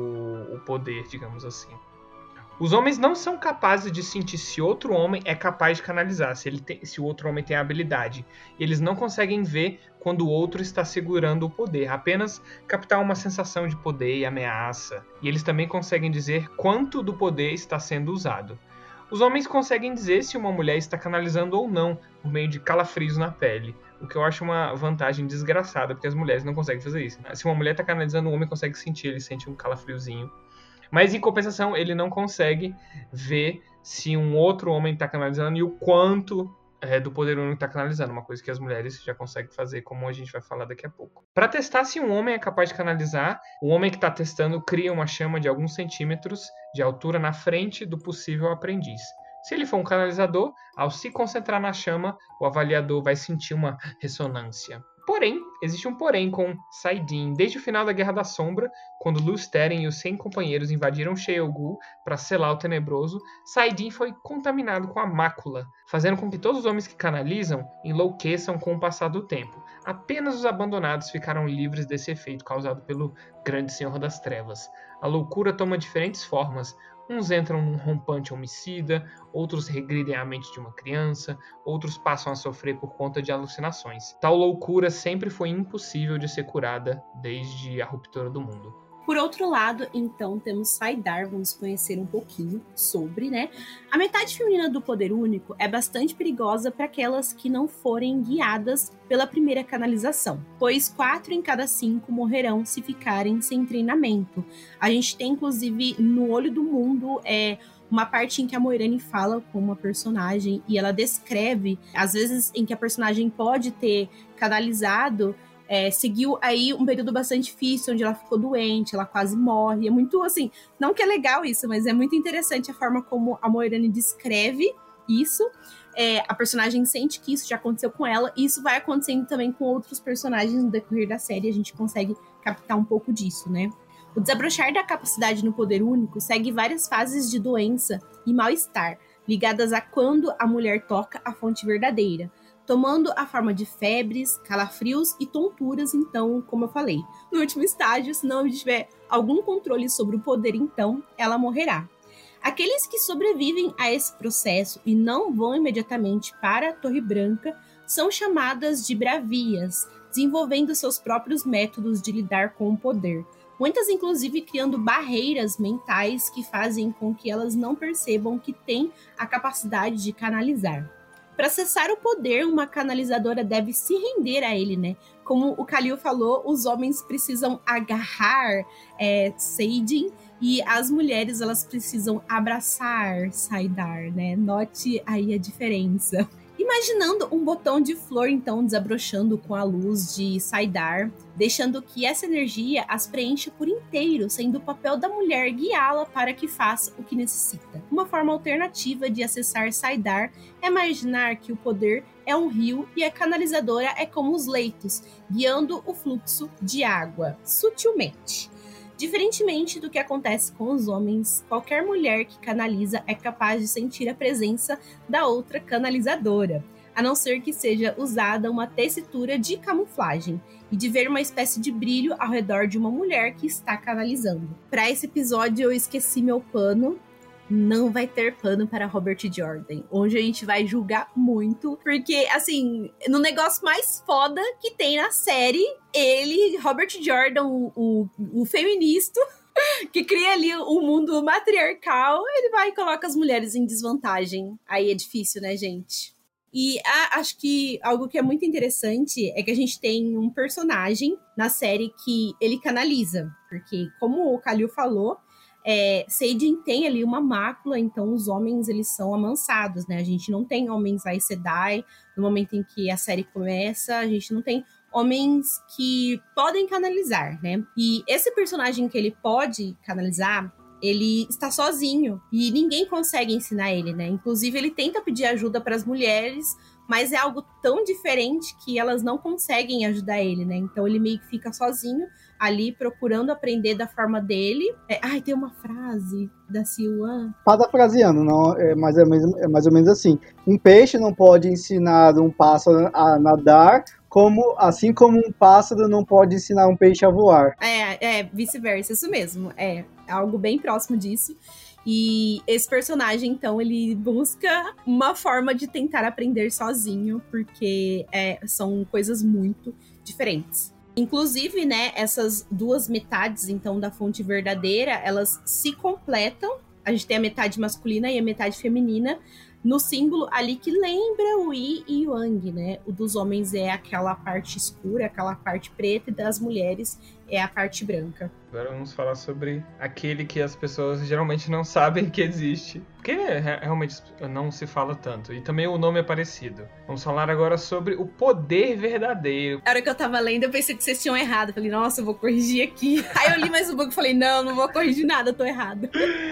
o poder, digamos assim. Os homens não são capazes de sentir se outro homem é capaz de canalizar, se o outro homem tem a habilidade. Eles não conseguem ver quando o outro está segurando o poder, apenas captar uma sensação de poder e ameaça. E eles também conseguem dizer quanto do poder está sendo usado. Os homens conseguem dizer se uma mulher está canalizando ou não, por meio de calafrios na pele. O que eu acho uma vantagem desgraçada, porque as mulheres não conseguem fazer isso. Né? Se uma mulher está canalizando, o homem consegue sentir, ele sente um calafriozinho. Mas, em compensação, ele não consegue ver se um outro homem está canalizando e o quanto do poder único está canalizando. Uma coisa que as mulheres já conseguem fazer, como a gente vai falar daqui a pouco. Para testar se um homem é capaz de canalizar, o homem que está testando cria uma chama de alguns centímetros de altura na frente do possível aprendiz. Se ele for um canalizador, ao se concentrar na chama, o avaliador vai sentir uma ressonância. Porém, existe um porém com Saidin. Desde o final da Guerra da Sombra, quando Lusteren e os 100 companheiros invadiram Sheol para selar o Tenebroso, Saidin foi contaminado com a mácula, fazendo com que todos os homens que canalizam enlouqueçam com o passar do tempo. Apenas os abandonados ficaram livres desse efeito causado pelo Grande Senhor das Trevas. A loucura toma diferentes formas. Uns entram num rompante homicida, outros regridem a mente de uma criança, outros passam a sofrer por conta de alucinações. Tal loucura sempre foi impossível de ser curada desde a ruptura do mundo. Por outro lado, então, temos Saidar, vamos conhecer um pouquinho sobre, né? A metade feminina do poder único é bastante perigosa para aquelas que não forem guiadas pela primeira canalização, pois 4 em cada 5 morrerão se ficarem sem treinamento. A gente tem, inclusive, no Olho do Mundo, uma parte em que a Moiraine fala com uma personagem e ela descreve, às vezes, em que a personagem pode ter canalizado, seguiu aí um período bastante difícil, onde ela ficou doente, ela quase morre. É muito, assim, não que é legal isso, mas é muito interessante a forma como a Moiraine descreve isso. A personagem sente que isso já aconteceu com ela, e isso vai acontecendo também com outros personagens no decorrer da série, a gente consegue captar um pouco disso, né? O desabrochar da capacidade no poder único segue várias fases de doença e mal-estar, ligadas a quando a mulher toca a fonte verdadeira. tomando a forma de febres, calafrios e tonturas, então, como eu falei. No último estágio, se não tiver algum controle sobre o poder, então, ela morrerá. Aqueles que sobrevivem a esse processo e não vão imediatamente para a Torre Branca são chamadas de bravias, desenvolvendo seus próprios métodos de lidar com o poder. Muitas, inclusive, criando barreiras mentais que fazem com que elas não percebam que têm a capacidade de canalizar. Para acessar o poder, uma canalizadora deve se render a ele, né? Como o Khalil falou, os homens precisam agarrar Saidin e as mulheres, elas precisam abraçar Saidar, né? Note aí a diferença. Imaginando um botão de flor, então, desabrochando com a luz de Saidar, deixando que essa energia as preencha por inteiro, sendo o papel da mulher guiá-la para que faça o que necessita. Uma forma alternativa de acessar Saidar é imaginar que o poder é um rio e a canalizadora é como os leitos, guiando o fluxo de água, sutilmente. Diferentemente do que acontece com os homens, qualquer mulher que canaliza é capaz de sentir a presença da outra canalizadora, a não ser que seja usada uma tessitura de camuflagem e de ver uma espécie de brilho ao redor de uma mulher que está canalizando. Para esse episódio eu esqueci meu pano. Não vai ter pano para Robert Jordan. Hoje a gente vai julgar muito, porque, assim, no negócio mais foda que tem na série, ele, Robert Jordan, o feminista, que cria ali o mundo matriarcal, ele vai e coloca as mulheres em desvantagem. Aí é difícil, né, gente? E acho que algo que é muito interessante é que a gente tem um personagem na série que ele canaliza, porque, como o Khalil falou, Saidin tem ali uma mácula, então os homens, eles são amansados, né? A gente não tem homens Aes Sedai no momento em que a série começa, a gente não tem homens que podem canalizar, né? E esse personagem que ele pode canalizar, ele está sozinho e ninguém consegue ensinar ele, né? Inclusive, ele tenta pedir ajuda para as mulheres, mas é algo tão diferente que elas não conseguem ajudar ele, né? Então ele meio que fica sozinho ali procurando aprender da forma dele. Tem uma frase da Siwan. Parafraseando, não, é mais ou menos assim. Um peixe não pode ensinar um pássaro a nadar, assim como um pássaro não pode ensinar um peixe a voar. Vice-versa, isso mesmo. É algo bem próximo disso. E esse personagem, então, ele busca uma forma de tentar aprender sozinho, porque são coisas muito diferentes. Inclusive, né, essas duas metades, então, da fonte verdadeira, elas se completam. A gente tem a metade masculina e a metade feminina no símbolo ali que lembra o Yi e o Yang, né? O dos homens é aquela parte escura, aquela parte preta, e das mulheres é a parte branca. Agora vamos falar sobre aquele que as pessoas geralmente não sabem que existe. Porque realmente não se fala tanto. E também o nome é parecido. Vamos falar agora sobre o poder verdadeiro. Na hora que eu tava lendo, eu pensei que vocês tinham errado. Eu falei, nossa, eu vou corrigir aqui. Aí eu li mais um pouco e falei, não vou corrigir nada, eu tô errado.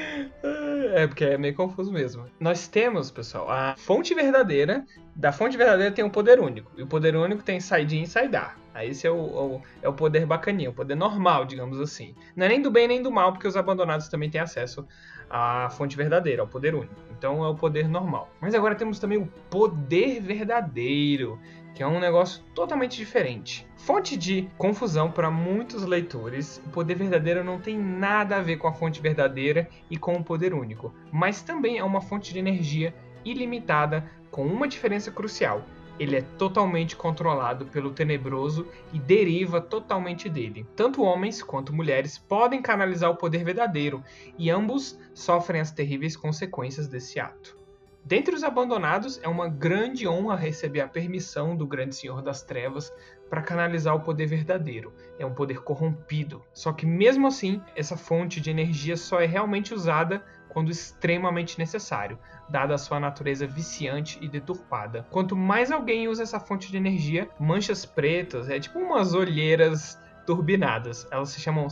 Porque é meio confuso mesmo. Nós temos, pessoal, a fonte verdadeira. Da fonte verdadeira tem um poder único. E o poder único tem Saidin e Saidar. Aí esse é o poder bacaninha, o poder normal, digamos assim. Não é nem do bem nem do mal, porque os abandonados também têm acesso à fonte verdadeira, ao poder único. Então é o poder normal. Mas agora temos também o poder verdadeiro, que é um negócio totalmente diferente. Fonte de confusão para muitos leitores, o poder verdadeiro não tem nada a ver com a fonte verdadeira e com o poder único, mas também é uma fonte de energia ilimitada com uma diferença crucial. Ele é totalmente controlado pelo tenebroso e deriva totalmente dele. Tanto homens quanto mulheres podem canalizar o poder verdadeiro, e ambos sofrem as terríveis consequências desse ato. Dentre os abandonados, é uma grande honra receber a permissão do Grande Senhor das Trevas para canalizar o poder verdadeiro. É um poder corrompido. Só que mesmo assim, essa fonte de energia só é realmente usada quando extremamente necessário, dada a sua natureza viciante e deturpada. Quanto mais alguém usa essa fonte de energia, manchas pretas, tipo umas olheiras turbinadas. Elas se chamam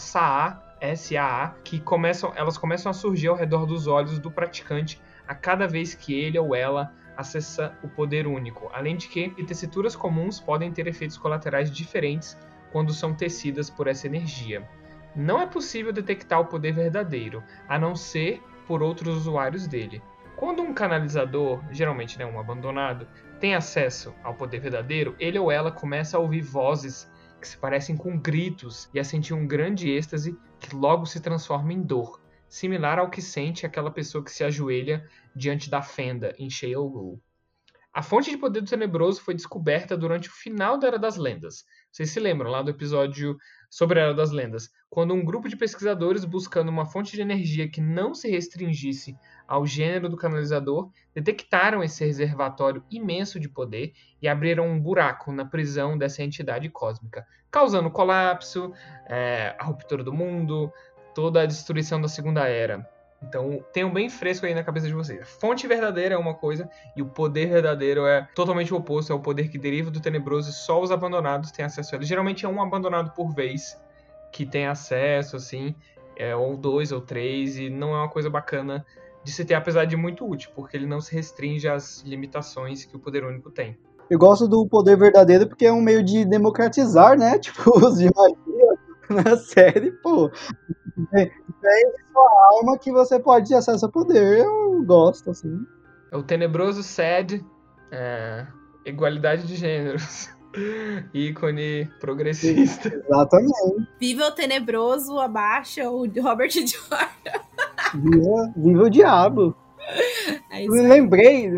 SAA, que elas começam a surgir ao redor dos olhos do praticante a cada vez que ele ou ela acessa o poder único. Além de que tessituras comuns podem ter efeitos colaterais diferentes quando são tecidas por essa energia. Não é possível detectar o poder verdadeiro, a não ser por outros usuários dele. Quando um canalizador, geralmente um abandonado, tem acesso ao poder verdadeiro, ele ou ela começa a ouvir vozes que se parecem com gritos e a sentir um grande êxtase que logo se transforma em dor, similar ao que sente aquela pessoa que se ajoelha diante da fenda em Sheol Gu. A fonte de poder do Tenebroso foi descoberta durante o final da Era das Lendas. Vocês se lembram lá do episódio sobre a Era das Lendas, quando um grupo de pesquisadores buscando uma fonte de energia que não se restringisse ao gênero do canalizador, detectaram esse reservatório imenso de poder e abriram um buraco na prisão dessa entidade cósmica, causando colapso, a ruptura do mundo, toda a destruição da Segunda Era. Então, tenham bem fresco aí na cabeça de vocês. A fonte verdadeira é uma coisa e o poder verdadeiro é totalmente o oposto. É o poder que deriva do tenebroso e só os abandonados têm acesso a ele. Geralmente é um abandonado por vez que tem acesso, assim, ou 2 ou 3, e não é uma coisa bacana de se ter, apesar de muito útil, porque ele não se restringe às limitações que o poder único tem. Eu gosto do poder verdadeiro porque é um meio de democratizar, né? Tipo, os de magia na série, pô. Vende sua alma que você pode ter acesso a poder. Eu gosto, assim. É o tenebroso SED, igualdade de gêneros. Ícone progressista. Exatamente. Viva o tenebroso, abaixa o Robert Jordan. Viva o diabo. Eu me lembrei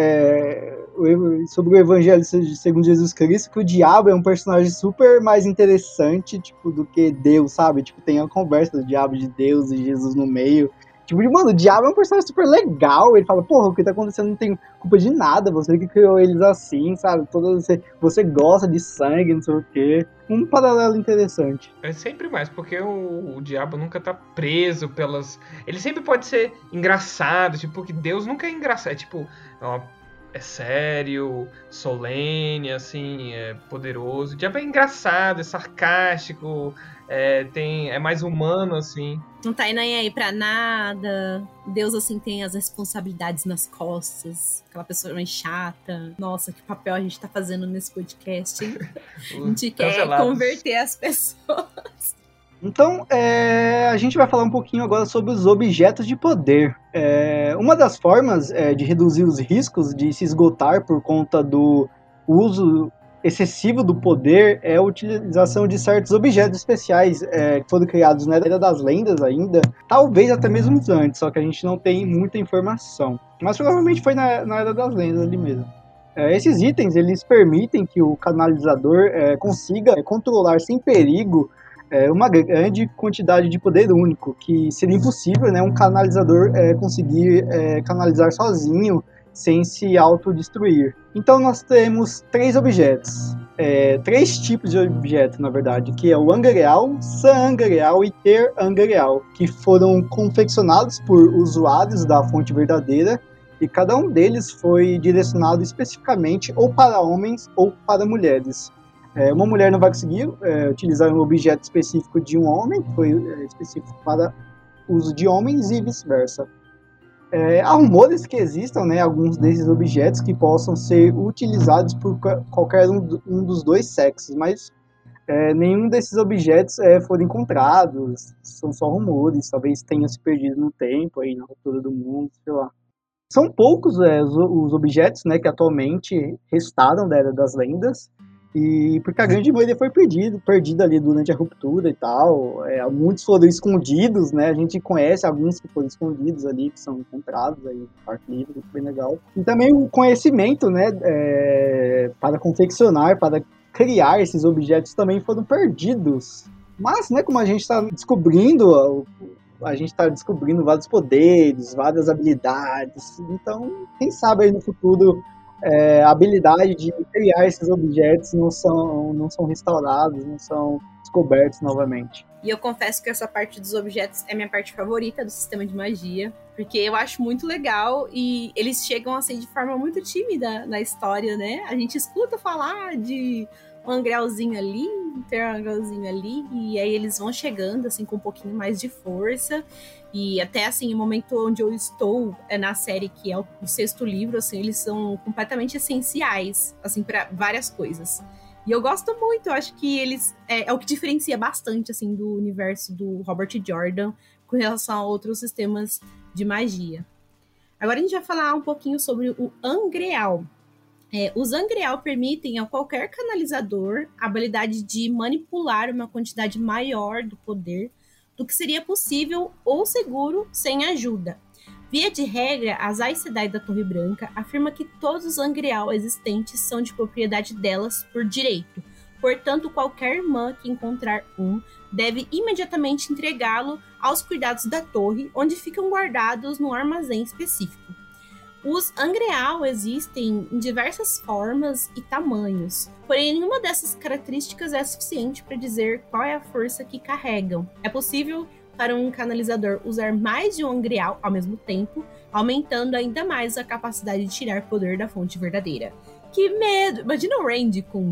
sobre o Evangelho segundo Jesus Cristo, que o diabo é um personagem super mais interessante, tipo, do que Deus, sabe? Tipo, tem a conversa do diabo de Deus e Jesus no meio. Tipo, mano, o diabo é um personagem super legal. Ele fala, porra, o que tá acontecendo não tem culpa de nada, você que criou eles assim, sabe? Você gosta de sangue, não sei o quê. Um paralelo interessante. É sempre mais, porque o diabo nunca tá preso pelas... Ele sempre pode ser engraçado, tipo, porque Deus nunca é engraçado. É tipo, é sério, solene, assim, é poderoso. O diabo é engraçado, é sarcástico, é mais humano, assim. Não tá nem aí pra nada. Deus, assim, tem as responsabilidades nas costas. Aquela pessoa mais chata. Nossa, que papel a gente tá fazendo nesse podcast, hein? A gente quer converter as pessoas. Então, a gente vai falar um pouquinho agora sobre os objetos de poder. Uma das formas de reduzir os riscos de se esgotar por conta do uso excessivo do poder é a utilização de certos objetos especiais que foram criados na Era das Lendas ainda, talvez até mesmo antes, só que a gente não tem muita informação. Mas provavelmente foi na Era das Lendas ali mesmo. Esses itens, eles permitem que o canalizador consiga controlar sem perigo uma grande quantidade de poder único, que seria impossível, né, um canalizador conseguir canalizar sozinho, sem se autodestruir. Então nós temos 3 objetos, 3 tipos de objeto, na verdade, que é o Angreal, San-Angreal e Ter-Angreal, que foram confeccionados por usuários da fonte verdadeira, e cada um deles foi direcionado especificamente ou para homens ou para mulheres. Uma mulher não vai conseguir utilizar um objeto específico de um homem, que foi específico para uso de homens, e vice-versa. Há rumores que existam, né, alguns desses objetos que possam ser utilizados por qualquer um dos dois sexos, mas nenhum desses objetos foram encontrados, são só rumores, talvez tenham se perdido no tempo, aí, na ruptura do mundo, sei lá. São poucos os objetos, né, que atualmente restaram da Era das Lendas, e porque a grande maioria foi perdida ali durante a ruptura e tal. Muitos foram escondidos, né? A gente conhece alguns que foram escondidos ali, que são encontrados aí no Parque Livre, que foi legal. E também o conhecimento, né? Para confeccionar, para criar esses objetos também foram perdidos. Mas, né? Como a gente está descobrindo vários poderes, várias habilidades. Então, quem sabe aí no futuro a habilidade de criar esses objetos não são restaurados, não são descobertos novamente. E eu confesso que essa parte dos objetos é minha parte favorita do sistema de magia, porque eu acho muito legal e eles chegam assim de forma muito tímida na história, né? A gente escuta falar de um angrelzinho ali, ter um angrelzinho ali, e aí eles vão chegando assim com um pouquinho mais de força. E até assim, o momento onde eu estou na série, que é o 6º livro, assim, eles são completamente essenciais, assim, para várias coisas. E eu gosto muito, eu acho que eles é o que diferencia bastante, assim, do universo do Robert Jordan com relação a outros sistemas de magia. Agora a gente vai falar um pouquinho sobre o Angreal. Os Angreal permitem a qualquer canalizador a habilidade de manipular uma quantidade maior do poder do que seria possível ou seguro sem ajuda. Via de regra, as Aes Sedai da Torre Branca afirma que todos os Angreal existentes são de propriedade delas por direito. Portanto, qualquer irmã que encontrar um deve imediatamente entregá-lo aos cuidados da torre, onde ficam guardados num armazém específico. Os Angreal existem em diversas formas e tamanhos, porém nenhuma dessas características é suficiente para dizer qual é a força que carregam. É possível para um canalizador usar mais de um Angreal ao mesmo tempo, aumentando ainda mais a capacidade de tirar poder da fonte verdadeira. Que medo! Imagina o Randy com,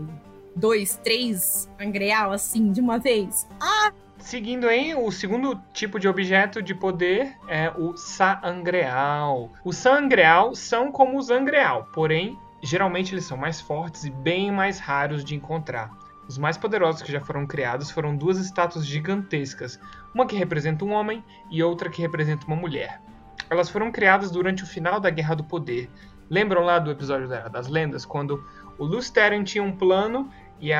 2, 3 Angreal assim de uma vez. Seguindo aí, o segundo tipo de objeto de poder é o Sa'angreal. Os Sa'angreal são como os Angreal, porém, geralmente eles são mais fortes e bem mais raros de encontrar. Os mais poderosos que já foram criados foram duas estátuas gigantescas, uma que representa um homem e outra que representa uma mulher. Elas foram criadas durante o final da Guerra do Poder. Lembram lá do episódio das Lendas, quando o Lews Therin tinha um plano e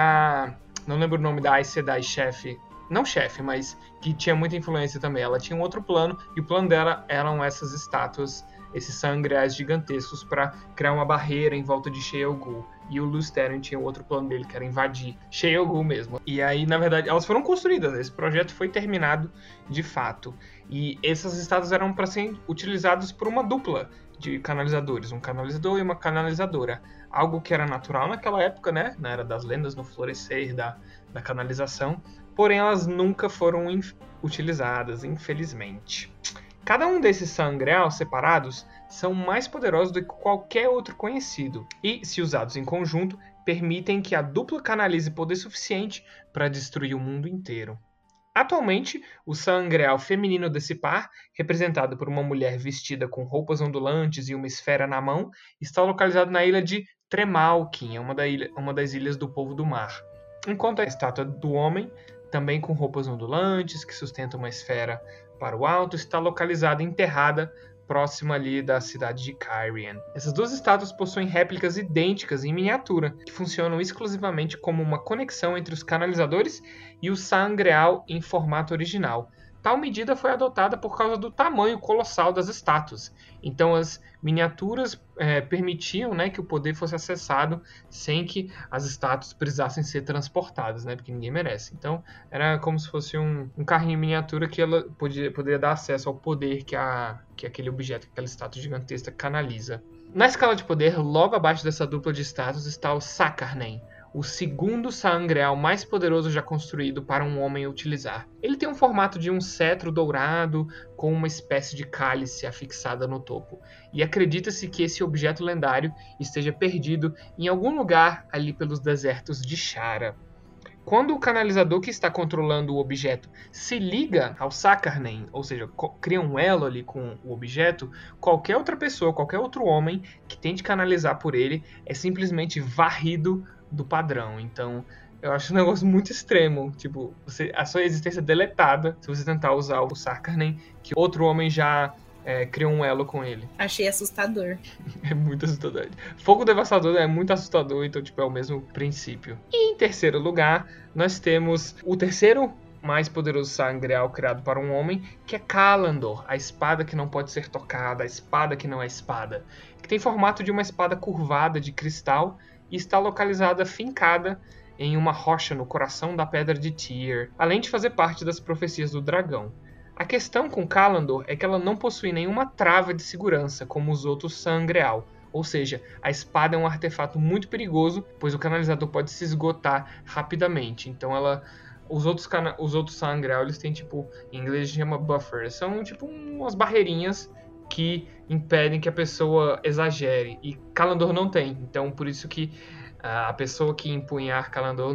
não lembro o nome da Aes Sedai chefe, não chefe, mas que tinha muita influência também. Ela tinha um outro plano e o plano dela eram essas estátuas, esses Sa'angreais gigantescos para criar uma barreira em volta de Shayol Ghul. E o Lews Therin tinha outro plano dele, que era invadir Shayol Ghul mesmo. E aí, na verdade, elas foram construídas. Esse projeto foi terminado de fato. E essas estátuas eram para serem utilizadas por uma dupla de canalizadores. Um canalizador e uma canalizadora. Algo que era natural naquela época, né? Na Era das Lendas, no florescer da canalização. Porém, elas nunca foram utilizadas, infelizmente. Cada um desses Sa'angreal separados são mais poderosos do que qualquer outro conhecido e, se usados em conjunto, permitem que a dupla canalize poder suficiente para destruir o mundo inteiro. Atualmente, o Sa'angreal feminino desse par, representado por uma mulher vestida com roupas ondulantes e uma esfera na mão, está localizado na ilha de Tremalkin, uma das ilhas do Povo do Mar. Enquanto a estátua do homem, também com roupas ondulantes, que sustenta uma esfera para o alto, está localizada enterrada próxima ali da cidade de Cairhien. Essas duas estátuas possuem réplicas idênticas em miniatura, que funcionam exclusivamente como uma conexão entre os canalizadores e o Sa'angreal em formato original. Tal medida foi adotada por causa do tamanho colossal das estátuas. Então as miniaturas permitiam, né, que o poder fosse acessado sem que as estátuas precisassem ser transportadas, né, porque ninguém merece. Então era como se fosse um carrinho em miniatura que ela poderia dar acesso ao poder que aquele objeto, aquela estátua gigantesca canaliza. Na escala de poder, logo abaixo dessa dupla de estátuas está o Sakarnen, o segundo Sa'angreal mais poderoso já construído para um homem utilizar. Ele tem um formato de um cetro dourado com uma espécie de cálice afixada no topo. E acredita-se que esse objeto lendário esteja perdido em algum lugar ali pelos desertos de Shara. Quando o canalizador que está controlando o objeto se liga ao Sakarnen, ou seja, cria um elo ali com o objeto, qualquer outra pessoa, qualquer outro homem que tente canalizar por ele é simplesmente varrido do padrão. Então eu acho um negócio muito extremo, tipo, a sua existência é deletada se você tentar usar o Sakarnen, que outro homem já criou um elo com ele. Achei assustador. É muito assustador. Fogo Devastador é muito assustador, então tipo, é o mesmo princípio. E em terceiro lugar, nós temos o terceiro mais poderoso Sa'angreal criado para um homem, que é Kalandor, a espada que não pode ser tocada, a espada que não é espada, que tem formato de uma espada curvada de cristal e está localizada fincada em uma rocha no coração da Pedra de Tyr, além de fazer parte das profecias do dragão. A questão com Kalandor é que ela não possui nenhuma trava de segurança, como os outros Sa'angreal, ou seja, a espada é um artefato muito perigoso, pois o canalizador pode se esgotar rapidamente. Então os outros Sa'angreal, eles têm tipo, em inglês chama buffers, são tipo umas barreirinhas que impedem que a pessoa exagere, e Kalandor não tem, então por isso que a pessoa que empunhar Kalandor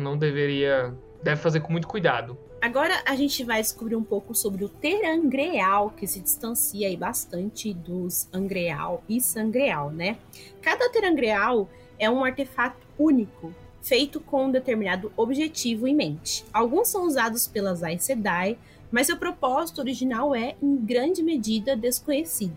deve fazer com muito cuidado. Agora a gente vai descobrir um pouco sobre o Terangreal, que se distancia aí bastante dos Angreal e Sa'angreal, né? Cada Terangreal é um artefato único, feito com um determinado objetivo em mente. Alguns são usados pelas Aes Sedai, mas seu propósito original é, em grande medida, desconhecido.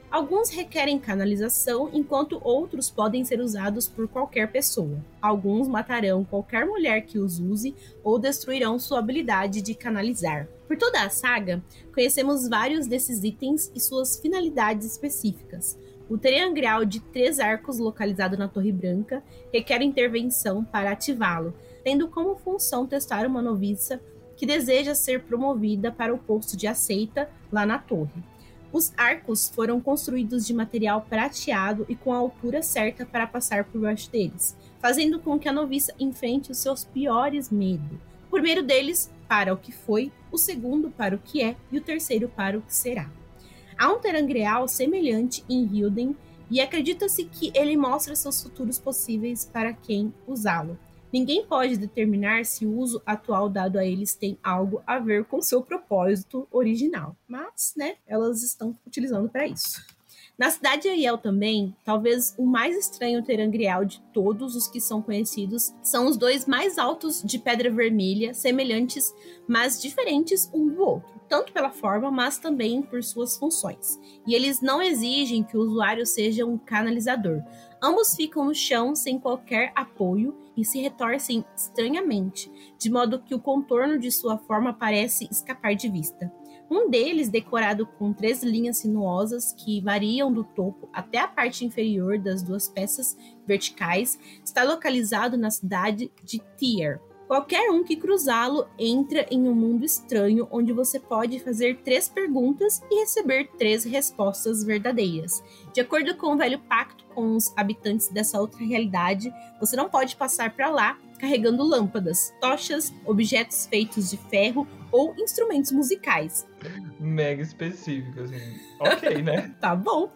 Alguns requerem canalização, enquanto outros podem ser usados por qualquer pessoa. Alguns matarão qualquer mulher que os use ou destruirão sua habilidade de canalizar. Por toda a saga, conhecemos vários desses itens e suas finalidades específicas. O Triangreal de 3 arcos localizado na Torre Branca requer intervenção para ativá-lo, tendo como função testar uma noviça que deseja ser promovida para o posto de aceita lá na torre. Os arcos foram construídos de material prateado e com a altura certa para passar por baixo deles, fazendo com que a noviça enfrente os seus piores medos. O primeiro deles para o que foi, o segundo para o que é e o terceiro para o que será. Há um terangreal semelhante em Hilden e acredita-se que ele mostra seus futuros possíveis para quem usá-lo. Ninguém pode determinar se o uso atual dado a eles tem algo a ver com seu propósito original, mas, elas estão utilizando para isso. Na cidade de Aiel também, talvez o mais estranho terangreal de todos os que são conhecidos são os 2 mais altos de pedra vermelha, semelhantes, mas diferentes um do outro, tanto pela forma, mas também por suas funções. E eles não exigem que o usuário seja um canalizador. Ambos ficam no chão sem qualquer apoio e se retorcem estranhamente, de modo que o contorno de sua forma parece escapar de vista. Um deles, decorado com 3 linhas sinuosas que variam do topo até a parte inferior das 2 peças verticais, está localizado na cidade de Tyr. Qualquer um que cruzá-lo entra em um mundo estranho onde você pode fazer 3 perguntas e receber 3 respostas verdadeiras. De acordo com o velho pacto com os habitantes dessa outra realidade, você não pode passar para lá carregando lâmpadas, tochas, objetos feitos de ferro ou instrumentos musicais. Mega específico, assim. Ok, né? Tá bom.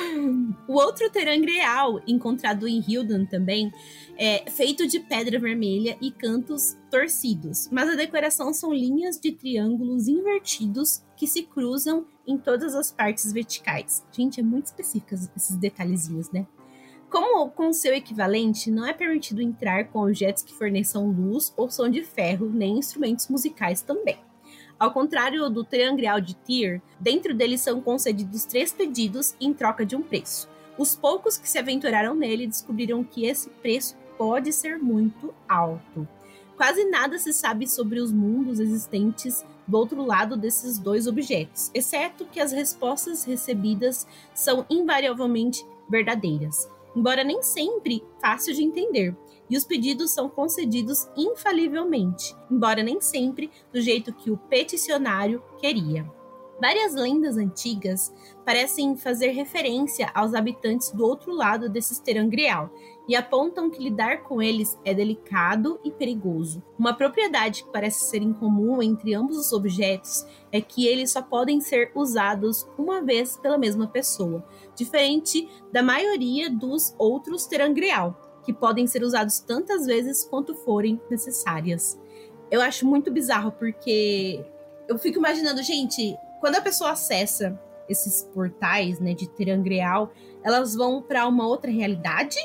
O outro terangreal, encontrado em Hilden também, é feito de pedra vermelha e cantos torcidos, mas a decoração são linhas de triângulos invertidos que se cruzam em todas as partes verticais. Gente, é muito específico esses detalhezinhos, né? Como com seu equivalente, não é permitido entrar com objetos que forneçam luz ou som de ferro, nem instrumentos musicais também. Ao contrário do Triangreal de Tyr, dentro dele são concedidos 3 pedidos em troca de um preço. Os poucos que se aventuraram nele descobriram que esse preço pode ser muito alto. Quase nada se sabe sobre os mundos existentes do outro lado desses 2 objetos, exceto que as respostas recebidas são invariavelmente verdadeiras, embora nem sempre fácil de entender. E os pedidos são concedidos infalivelmente, embora nem sempre do jeito que o peticionário queria. Várias lendas antigas parecem fazer referência aos habitantes do outro lado desse terangreal e apontam que lidar com eles é delicado e perigoso. Uma propriedade que parece ser incomum entre ambos os objetos é que eles só podem ser usados uma vez pela mesma pessoa, diferente da maioria dos outros terangreal, que podem ser usados tantas vezes quanto forem necessárias. Eu acho muito bizarro, porque eu fico imaginando, gente, quando a pessoa acessa esses portais, de terangreal, elas vão para uma outra realidade?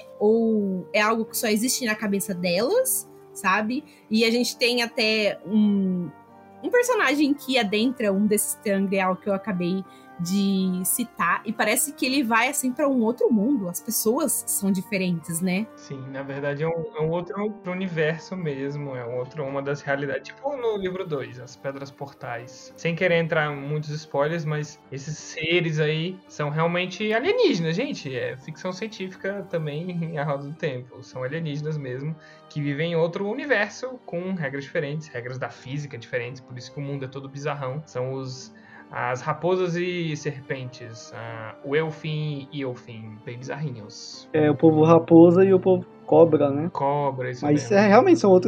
Ou é algo que só existe na cabeça delas, sabe? E a gente tem até um personagem que adentra um desses terangreal que eu acabei de citar, e parece que ele vai assim para um outro mundo. As pessoas são diferentes, né? Sim, na verdade é um outro universo mesmo, uma das realidades, tipo no livro 2, as Pedras Portais. Sem querer entrar em muitos spoilers, mas esses seres aí são realmente alienígenas, gente. É ficção científica também em A Roda do Tempo. São alienígenas mesmo, que vivem em outro universo com regras diferentes, regras da física diferentes, por isso que o mundo é todo bizarrão. São as raposas e serpentes, o Elfin e Elfin, bem bizarrinhos. É, o povo raposa e o povo cobra, né? Cobra, isso Mas mesmo. Realmente são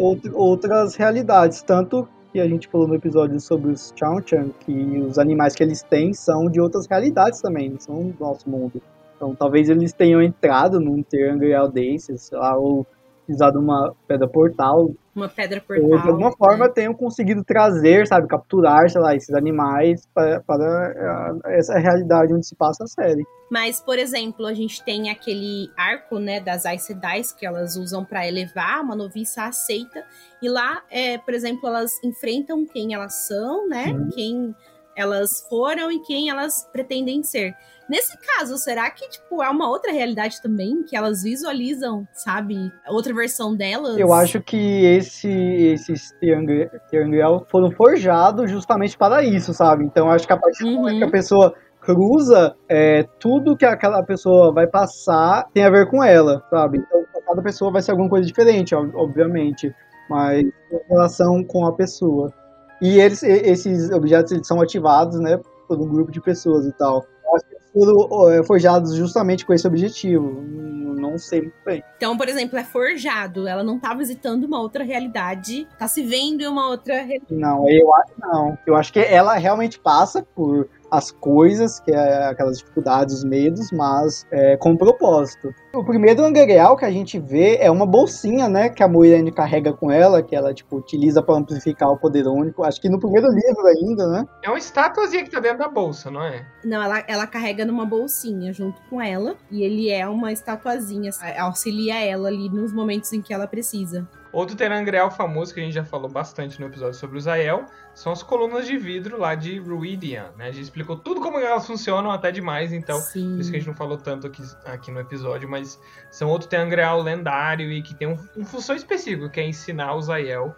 outras realidades, tanto que a gente falou no episódio sobre os Chaunchan, que os animais que eles têm são de outras realidades também, não são do nosso mundo. Então talvez eles tenham entrado num terangreal desses, sei lá, ou usado uma pedra portal. Uma pedra portal. Ou de alguma forma tenham conseguido trazer, sabe, capturar, sei lá, esses animais para essa realidade onde se passa a série. Mas, por exemplo, a gente tem aquele arco, das Aes Sedais que elas usam para elevar uma noviça aceita. E lá, por exemplo, elas enfrentam quem elas são, quem elas foram e quem elas pretendem ser. Nesse caso, será que, tipo, é uma outra realidade também? Que elas visualizam, sabe? Outra versão delas? Eu acho que esses triângulos foram forjados justamente para isso, sabe? Então, eu acho que a partir do momento que a pessoa cruza, tudo que aquela pessoa vai passar tem a ver com ela, sabe? Então, cada pessoa vai ser alguma coisa diferente, obviamente, mas em relação com a pessoa. E esses objetos eles são ativados, né, por um grupo de pessoas e tal. Eu acho que eles foram forjados justamente com esse objetivo. Não sei muito bem. Então, por exemplo, é forjado. Ela não tá visitando uma outra realidade, tá se vendo em uma outra realidade. Não, eu acho que não. Eu acho que ela realmente passa por as coisas, que é aquelas dificuldades, os medos, mas com propósito. O primeiro angarial que a gente vê é uma bolsinha, né, que a Moiraine carrega com ela, que ela, tipo, utiliza para amplificar o poder único. Acho que no primeiro livro ainda, né? É uma estátuazinha que tá dentro da bolsa, não é? Não, ela carrega numa bolsinha junto com ela, e ele é uma estatuazinha, auxilia ela ali nos momentos em que ela precisa. Outro terangreal famoso que a gente já falou bastante no episódio sobre o Zael são as colunas de vidro lá de Ruidian, né? A gente explicou tudo como elas funcionam, até demais, então Sim. por isso que a gente não falou tanto aqui no episódio, mas são outro terangreal lendário e que tem uma função específica, que é ensinar o Zael.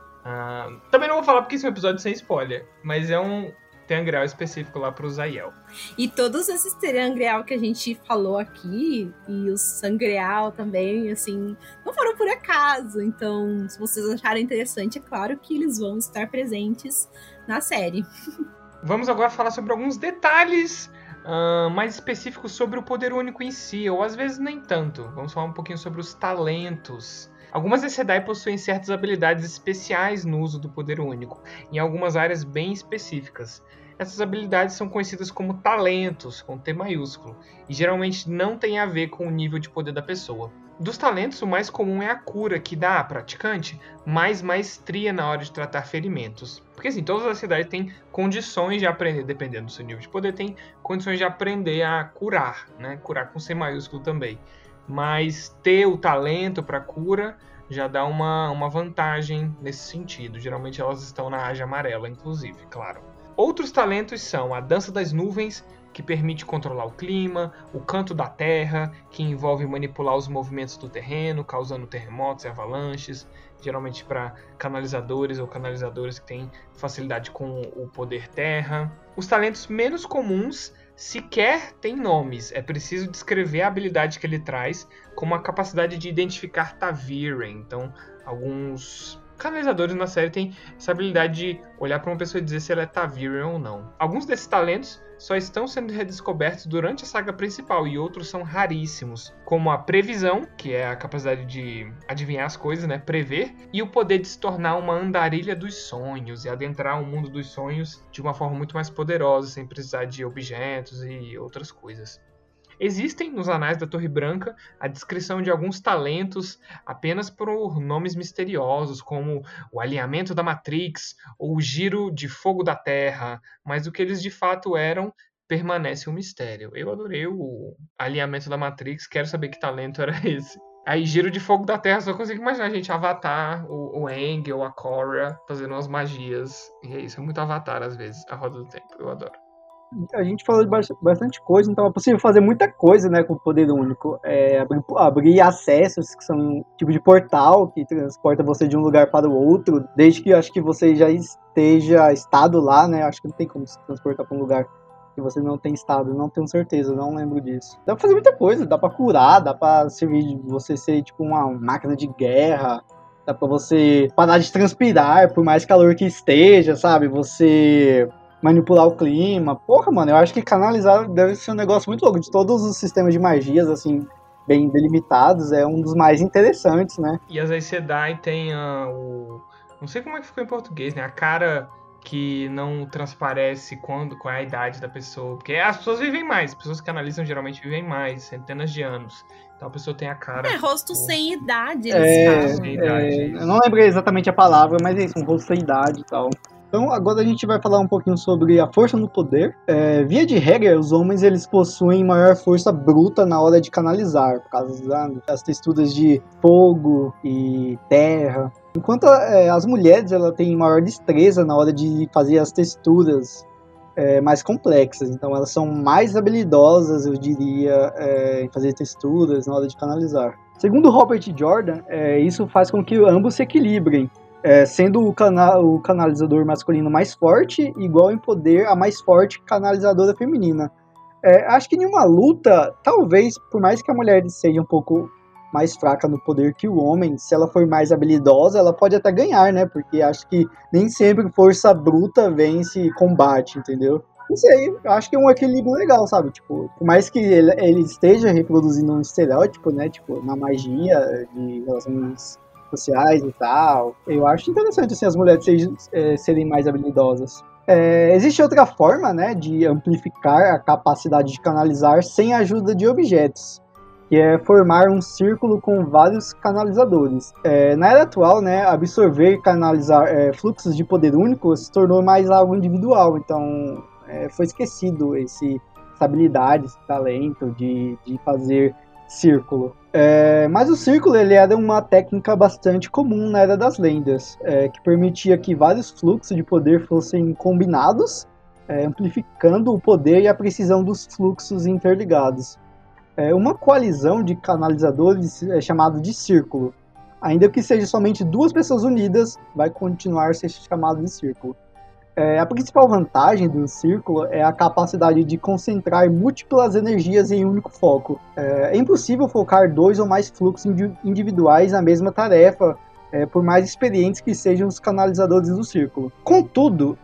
Também não vou falar porque esse é um episódio sem spoiler, mas é um terangreal específico lá pro Zael. E todos esses terangreal que a gente falou aqui, e os sangreal também, assim, não foram por acaso. Então, se vocês acharem interessante, é claro que eles vão estar presentes na série. Vamos agora falar sobre alguns detalhes mais específicos sobre o poder único em si, ou às vezes nem tanto. Vamos falar um pouquinho sobre os talentos. Algumas Aes Sedai possuem certas habilidades especiais no uso do poder único, em algumas áreas bem específicas. Essas habilidades são conhecidas como talentos, com T maiúsculo, e geralmente não tem a ver com o nível de poder da pessoa. Dos talentos, o mais comum é a cura, que dá à praticante mais maestria na hora de tratar ferimentos. Porque assim, todas as cidades têm condições de aprender, dependendo do seu nível de poder, tem condições de aprender a curar, né? Curar com C maiúsculo também. Mas ter o talento para cura já dá uma vantagem nesse sentido. Geralmente elas estão na age amarela, inclusive, claro. Outros talentos são a dança das nuvens, que permite controlar o clima, o canto da terra, que envolve manipular os movimentos do terreno, causando terremotos e avalanches, geralmente para canalizadores ou canalizadoras que têm facilidade com o poder terra. Os talentos menos comuns sequer têm nomes, é preciso descrever a habilidade que ele traz, como a capacidade de identificar ta'veren. Então, alguns canalizadores na série têm essa habilidade de olhar para uma pessoa e dizer se ela é ta'veren ou não. Alguns desses talentos só estão sendo redescobertos durante a saga principal e outros são raríssimos, como a previsão, que é a capacidade de adivinhar as coisas, né, prever, e o poder de se tornar uma andarilha dos sonhos e adentrar o mundo dos sonhos de uma forma muito mais poderosa, sem precisar de objetos e outras coisas. Existem nos Anais da Torre Branca a descrição de alguns talentos apenas por nomes misteriosos, como o alinhamento da Matrix ou o giro de fogo da Terra, mas o que eles de fato eram permanece um mistério. Eu adorei o alinhamento da Matrix, quero saber que talento era esse. Aí, giro de fogo da Terra, só consigo imaginar a gente Avatar, o Aang ou a Korra fazendo umas magias. E é isso, é muito Avatar às vezes, a Roda do Tempo, eu adoro. A gente falou de bastante coisa, então é possível fazer muita coisa, né, com o poder único. Abrir acessos, que são um tipo de portal que transporta você de um lugar para o outro, desde que eu acho que você já esteja estado lá, né, acho que não tem como se transportar para um lugar que você não tem estado, não tenho certeza, não lembro disso. Dá pra fazer muita coisa, dá pra curar, dá pra servir de você ser tipo uma máquina de guerra, dá pra você parar de transpirar por mais calor que esteja, sabe, você manipular o clima. Porra, mano, eu acho que canalizar deve ser um negócio muito louco. De todos os sistemas de magias, assim, bem delimitados, é um dos mais interessantes, né? E as Aes Sedai tem o... Não sei como é que ficou em português, né? A cara que não transparece qual é a idade da pessoa. Porque as pessoas vivem mais. As pessoas que analisam geralmente vivem mais, centenas de anos. Então a pessoa tem a cara... rosto sem idade, eles falam. Sem idade, eu não lembrei exatamente a palavra, mas é isso, um rosto sem idade e tal. Então agora a gente vai falar um pouquinho sobre a força no poder. Via de regra, os homens eles possuem maior força bruta na hora de canalizar, por causa das texturas de fogo e terra. Enquanto as mulheres ela têm maior destreza na hora de fazer as texturas mais complexas. Então elas são mais habilidosas, eu diria, em fazer texturas na hora de canalizar. Segundo Robert Jordan, isso faz com que ambos se equilibrem, sendo o canalizador masculino mais forte, igual em poder a mais forte canalizadora feminina. Acho que em uma luta, talvez, por mais que a mulher seja um pouco mais fraca no poder que o homem, se ela for mais habilidosa, ela pode até ganhar, né? Porque acho que nem sempre força bruta vence combate, entendeu? Não sei, eu acho que é um equilíbrio legal, sabe? Tipo, por mais que ele esteja reproduzindo um estereótipo, né? Tipo, na magia de relações sociais e tal, eu acho interessante, assim, as mulheres serem mais habilidosas. Existe outra forma, né, de amplificar a capacidade de canalizar sem a ajuda de objetos, que é formar um círculo com vários canalizadores. Na era atual, né, absorver e canalizar fluxos de poder único se tornou mais algo individual, então foi esquecido essa habilidade, esse talento de fazer círculo. Mas o círculo ele era uma técnica bastante comum na Era das Lendas, que permitia que vários fluxos de poder fossem combinados, amplificando o poder e a precisão dos fluxos interligados. Uma coalizão de canalizadores é chamado de círculo. Ainda que seja somente duas pessoas unidas, vai continuar a ser chamado de círculo. A principal vantagem do círculo é a capacidade de concentrar múltiplas energias em um único foco. É impossível focar dois ou mais fluxos individuais na mesma tarefa, por mais experientes que sejam os canalizadores do círculo. Contudo,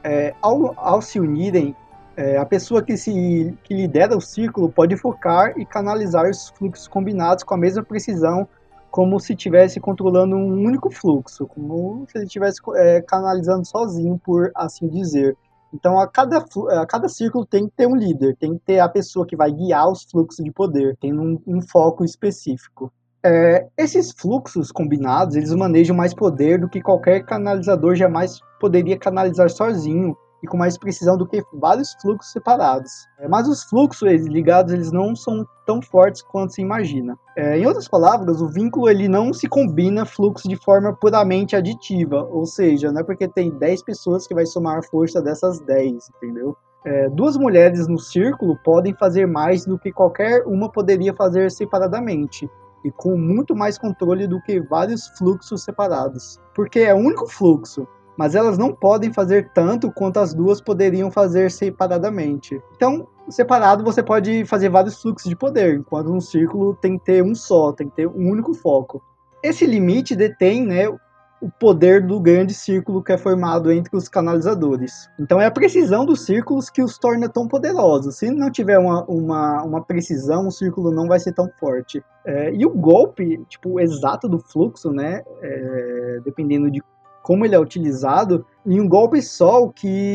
ao se unirem, a pessoa que lidera o círculo pode focar e canalizar os fluxos combinados com a mesma precisão, como se estivesse controlando um único fluxo, como se ele estivesse canalizando sozinho, por assim dizer. Então, a cada círculo tem que ter um líder, tem que ter a pessoa que vai guiar os fluxos de poder, tem um foco específico. Esses fluxos combinados, eles manejam mais poder do que qualquer canalizador jamais poderia canalizar sozinho, e com mais precisão do que vários fluxos separados. Mas os fluxos ligados eles não são tão fortes quanto se imagina. Em outras palavras, o vínculo ele não se combina fluxos de forma puramente aditiva, ou seja, não é porque tem 10 pessoas que vai somar a força dessas 10, entendeu? Duas mulheres no círculo podem fazer mais do que qualquer uma poderia fazer separadamente, e com muito mais controle do que vários fluxos separados. Porque é um único fluxo, mas elas não podem fazer tanto quanto as duas poderiam fazer separadamente. Então, separado você pode fazer vários fluxos de poder, enquanto no círculo tem que ter um só, tem que ter um único foco. Esse limite detém, né, o poder do grande círculo que é formado entre os canalizadores. Então é a precisão dos círculos que os torna tão poderosos. Se não tiver uma precisão, o círculo não vai ser tão forte. E o golpe exato do fluxo, né, dependendo de como ele é utilizado, em um golpe só,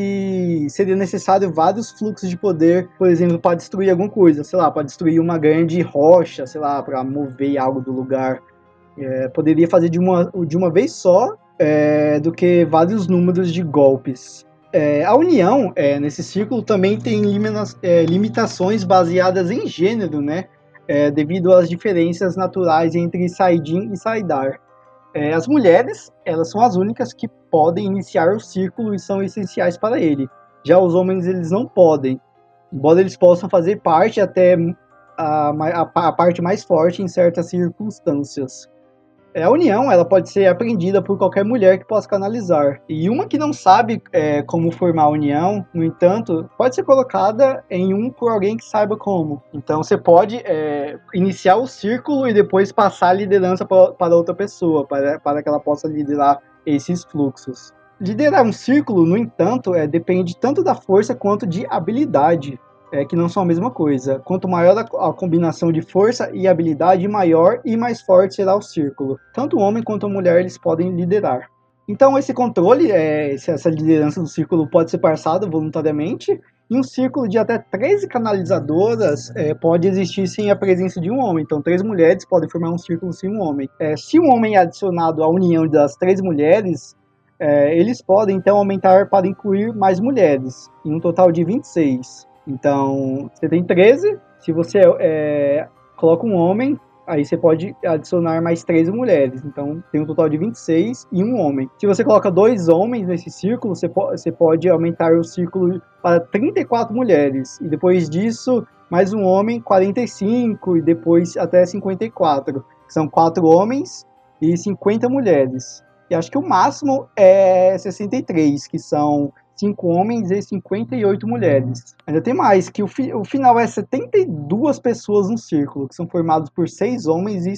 que seria necessário vários fluxos de poder, por exemplo, para destruir alguma coisa, sei lá, para destruir uma grande rocha, sei lá, para mover algo do lugar. Poderia fazer de uma vez só, do que vários números de golpes. A união nesse círculo também tem limitações baseadas em gênero, né? Devido às diferenças naturais entre Saiyajin e Saidar. As mulheres, elas são as únicas que podem iniciar o círculo e são essenciais para ele. Já os homens, eles não podem. Embora eles possam fazer parte até a parte mais forte em certas circunstâncias. A união, ela pode ser aprendida por qualquer mulher que possa canalizar. E uma que não sabe como formar a união, no entanto, pode ser colocada em por alguém que saiba como. Então você pode iniciar o círculo e depois passar a liderança para outra pessoa, para que ela possa liderar esses fluxos. Liderar um círculo, no entanto, depende tanto da força quanto de habilidade. Que não são a mesma coisa. Quanto maior a combinação de força e habilidade, maior e mais forte será o círculo. Tanto o homem quanto a mulher eles podem liderar. Então esse controle, essa liderança do círculo pode ser passada voluntariamente, e um círculo de até 13 canalizadoras pode existir sem a presença de um homem. Então 3 mulheres podem formar um círculo sem um homem. Se um homem é adicionado à união das 3 mulheres, eles podem então aumentar para incluir mais mulheres, em um total de 26. Então, você tem 13, se você coloca um homem, aí você pode adicionar mais 3 mulheres. Então tem um total de 26 e um homem. Se você coloca 2 homens nesse círculo, você pode aumentar o círculo para 34 mulheres. E depois disso, mais um homem, 45, e depois até 54. São 4 homens e 50 mulheres. E acho que o máximo é 63, que são 5 homens e 58 mulheres. Ainda tem mais, que o final é 72 pessoas no círculo, que são formados por 6 homens e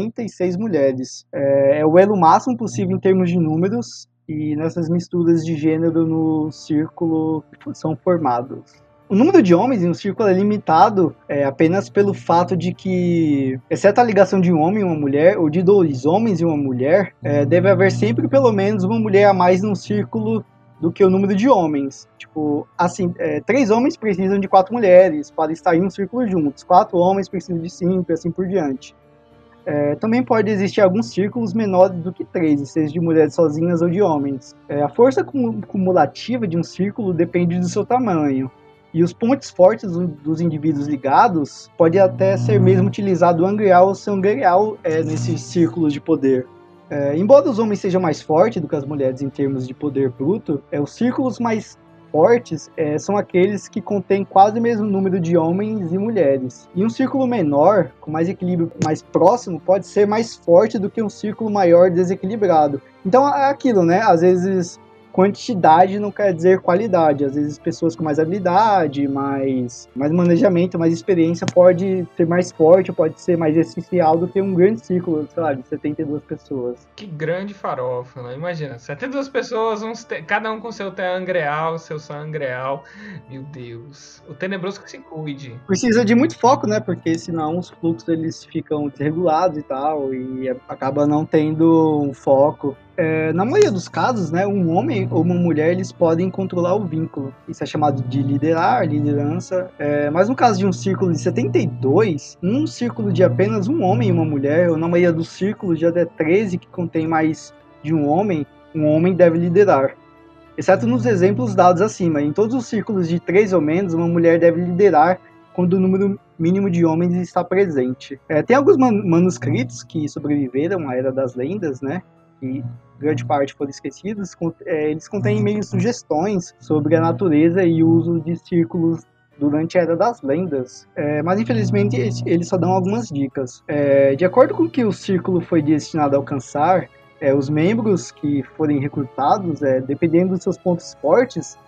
66 mulheres. É o elo máximo possível em termos de números, e nessas misturas de gênero no círculo são formados. O número de homens em um círculo é limitado apenas pelo fato de que, exceto a ligação de um homem e uma mulher, ou de 2 homens e uma mulher, deve haver sempre pelo menos uma mulher a mais no círculo do que o número de homens. Tipo, assim, 3 homens precisam de 4 mulheres para estar em um círculo juntos. 4 homens precisam de 5 e assim por diante. Também pode existir alguns círculos menores do que 3, seja de mulheres sozinhas ou de homens. A força cumulativa de um círculo depende do seu tamanho. E os pontos fortes dos indivíduos ligados pode até ser mesmo utilizado o angreal ou sangreal nesses círculos de poder. Embora os homens sejam mais fortes do que as mulheres em termos de poder bruto, os círculos mais fortes são aqueles que contêm quase o mesmo número de homens e mulheres. E um círculo menor, com mais equilíbrio mais próximo, pode ser mais forte do que um círculo maior desequilibrado. Então é aquilo, né? Às vezes quantidade não quer dizer qualidade. Às vezes pessoas com mais habilidade, mais manejamento, mais experiência pode ser mais forte, pode ser mais essencial do que um grande círculo, sei lá, de 72 pessoas. Que grande farofa, né? Imagina, 72 pessoas, cada um com seu angreal, seu sangreal. Meu Deus. O tenebroso que se cuide. Precisa de muito foco, né? Porque senão os fluxos eles ficam desregulados e tal, e acaba não tendo um foco. Na maioria dos casos, né, um homem ou uma mulher eles podem controlar o vínculo. Isso é chamado de liderança. Mas no caso de um círculo de 72, um círculo de apenas um homem e uma mulher, ou na maioria dos círculos de até 13 que contém mais de um homem deve liderar. Exceto nos exemplos dados acima. Em todos os círculos de 3 ou menos, uma mulher deve liderar quando o número mínimo de homens está presente. Tem alguns manuscritos que sobreviveram à Era das Lendas, né? E grande parte foram esquecidos. Eles contêm meio sugestões sobre a natureza e o uso de círculos durante a Era das Lendas, mas infelizmente eles só dão algumas dicas. De acordo com o que o círculo foi destinado a alcançar, os membros que forem recrutados, dependendo dos seus pontos fortes,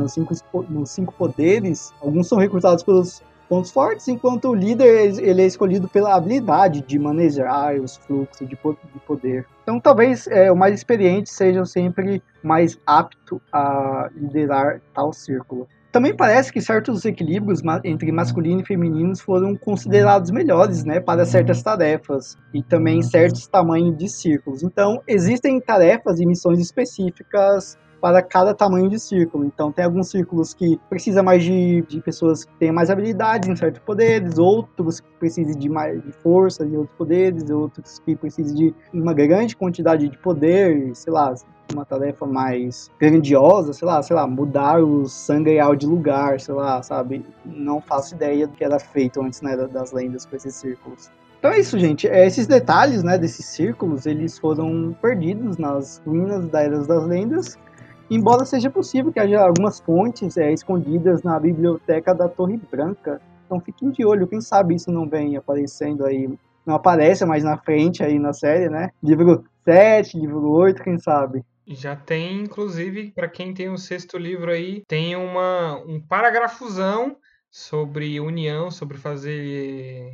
nos 5 poderes, alguns são recrutados pelos pontos fortes, enquanto o líder ele é escolhido pela habilidade de manejar os fluxos de poder. Então talvez o mais experiente seja sempre mais apto a liderar tal círculo. Também parece que certos equilíbrios entre masculino e femininos foram considerados melhores, né, para certas tarefas e também certos tamanhos de círculos. Então existem tarefas e missões específicas para cada tamanho de círculo. Então tem alguns círculos que precisam mais de pessoas que tenham mais habilidades em certos poderes, outros que precisam de mais de força em outros poderes, outros que precisam de uma grande quantidade de poder, sei lá, uma tarefa mais grandiosa, sei lá, mudar o sangreal de lugar, sei lá, sabe? Não faço ideia do que era feito antes, né, das lendas com esses círculos. Então é isso, gente. Esses detalhes, né, desses círculos, eles foram perdidos nas ruínas da Era das Lendas, embora seja possível que haja algumas fontes escondidas na biblioteca da Torre Branca. Então fiquem de olho, quem sabe isso não vem aparecendo aí, não aparece mais na frente aí na série, né? Livro 7, livro 8, quem sabe? Já tem, inclusive, para quem tem o 6º livro aí, tem um paragrafozão sobre união, sobre fazer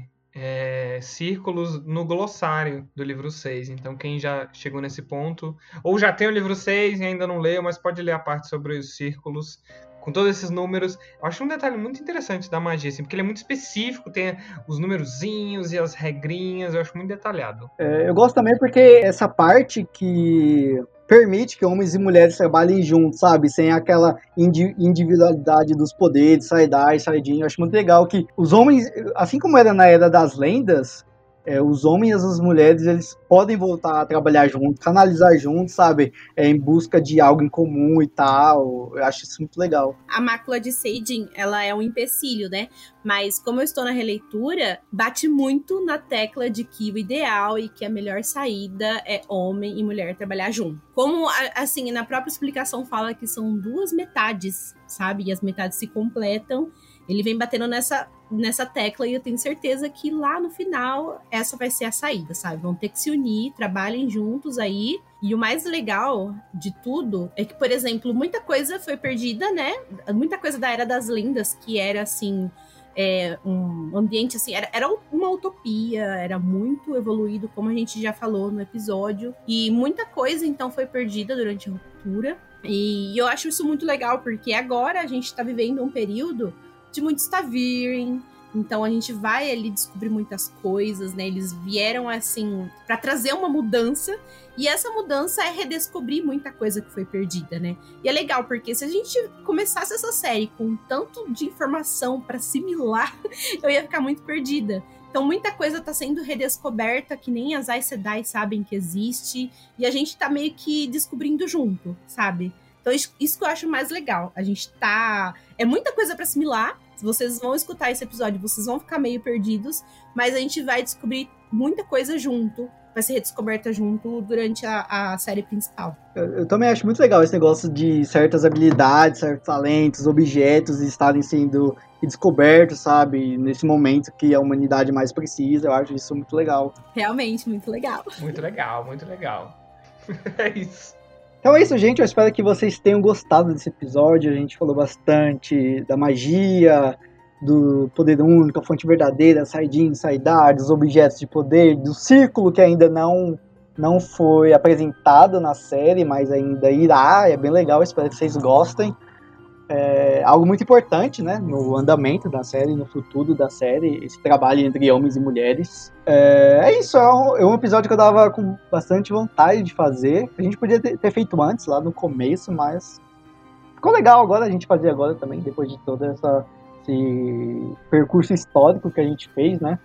círculos no glossário do livro 6. Então quem já chegou nesse ponto, ou já tem o livro 6 e ainda não leu, mas pode ler a parte sobre os círculos, com todos esses números. Eu acho um detalhe muito interessante da magia, assim, porque ele é muito específico, tem os numerozinhos e as regrinhas, eu acho muito detalhado. Eu gosto também porque essa parte que permite que homens e mulheres trabalhem juntos, sabe? Sem aquela individualidade dos poderes, sai-die, sai-din. Eu acho muito legal que os homens, assim como era na Era das Lendas, os homens e as mulheres, eles podem voltar a trabalhar juntos, canalizar juntos, sabe? Em busca de algo em comum e tal. Eu acho isso muito legal. A mácula de Saidin, ela é um empecilho, né? Mas como eu estou na releitura, bate muito na tecla de que o ideal e que a melhor saída é homem e mulher trabalhar junto. Como, assim, na própria explicação fala que são duas metades, sabe? E as metades se completam. Ele vem batendo nessa tecla e eu tenho certeza que lá no final essa vai ser a saída, sabe? Vão ter que se unir, trabalhem juntos aí. E o mais legal de tudo é que, por exemplo, muita coisa foi perdida, né? Muita coisa da Era das Lendas, que era, assim, um ambiente, assim, era uma utopia, era muito evoluído, como a gente já falou no episódio. E muita coisa, então, foi perdida durante a ruptura. E eu acho isso muito legal, porque agora a gente tá vivendo um período de muitos Ta'veren, então a gente vai ali descobrir muitas coisas, né? Eles vieram, assim, para trazer uma mudança, e essa mudança é redescobrir muita coisa que foi perdida, né? E é legal, porque se a gente começasse essa série com tanto de informação para assimilar, eu ia ficar muito perdida. Então muita coisa tá sendo redescoberta, que nem as Aes Sedai sabem que existe, e a gente tá meio que descobrindo junto, sabe? Então isso que eu acho mais legal. A gente tá... É muita coisa para assimilar. Se vocês vão escutar esse episódio, vocês vão ficar meio perdidos, mas a gente vai descobrir muita coisa junto, vai ser redescoberta junto durante a série principal. Eu também acho muito legal esse negócio de certas habilidades, certos talentos, objetos estarem sendo descobertos, sabe? Nesse momento que a humanidade mais precisa. Eu acho isso muito legal. Realmente, muito legal. Muito legal, muito legal. É isso. Então é isso, gente. Eu espero que vocês tenham gostado desse episódio. A gente falou bastante da magia, do poder único, a fonte verdadeira, Saidin, Saidar, dos objetos de poder, do círculo que ainda não foi apresentado na série, mas ainda irá. É bem legal, espero que vocês gostem. É algo muito importante, né, no andamento da série, no futuro da série, esse trabalho entre homens e mulheres. É isso, é um episódio que eu dava com bastante vontade de fazer. A gente podia ter feito antes, lá no começo, mas ficou legal agora a gente fazer agora também, depois de todo esse percurso histórico que a gente fez, né.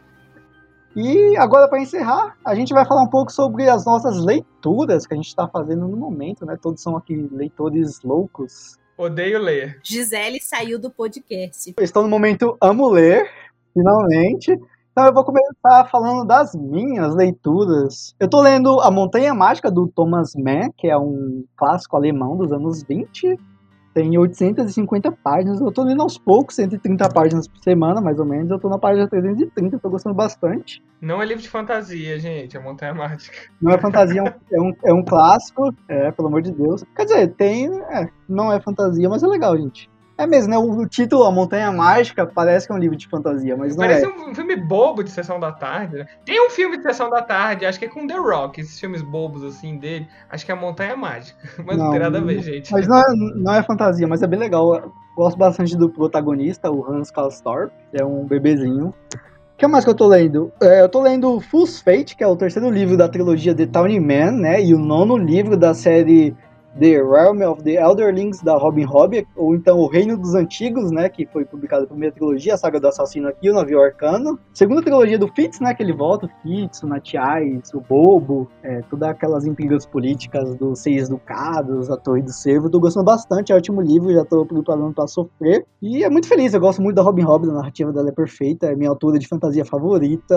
E agora, para encerrar, a gente vai falar um pouco sobre as nossas leituras que a gente está fazendo no momento, né. Todos são aqui leitores loucos. Odeio ler. Gisele saiu do podcast. Eu estou no momento amo ler, finalmente. Então eu vou começar falando das minhas leituras. Eu tô lendo A Montanha Mágica, do Thomas Mann, que é um clássico alemão dos anos 20. Tem 850 páginas. Eu tô lendo aos poucos, 130 páginas por semana, mais ou menos. Eu tô na página 330, tô gostando bastante. Não é livro de fantasia, gente, é Montanha Mágica. Não é fantasia, é um clássico, pelo amor de Deus. Quer dizer, não é fantasia, mas é legal, gente. É mesmo, né? O título, A Montanha Mágica, parece que é um livro de fantasia, mas não Parece um filme bobo de Sessão da Tarde, né? Tem um filme de Sessão da Tarde, acho que é com The Rock, esses filmes bobos assim dele. Acho que é A Montanha Mágica. Mas não tem nada a ver, gente. Mas não é fantasia, mas é bem legal. Eu gosto bastante do protagonista, o Hans Karlstorff, é um bebezinho. O que mais que eu tô lendo? Eu tô lendo Fool's Fate, que é o terceiro livro da trilogia The Tawny Man, né? E o nono livro da série The Realm of the Elderlings, da Robin Hobb, ou então O Reino dos Antigos, né, que foi publicada a primeira trilogia, a Saga do Assassino aqui, o Navio Arcano. Segunda trilogia do Fitz, né, que ele volta, o Fitz, o Natiais, o Bobo, todas aquelas intrigas políticas dos Seis Ducados, a Torre do Cervo. Tô gostando bastante, é o último livro, já tô preparando pra sofrer. E é muito feliz, eu gosto muito da Robin Hobb, a narrativa dela é perfeita, é minha autora de fantasia favorita,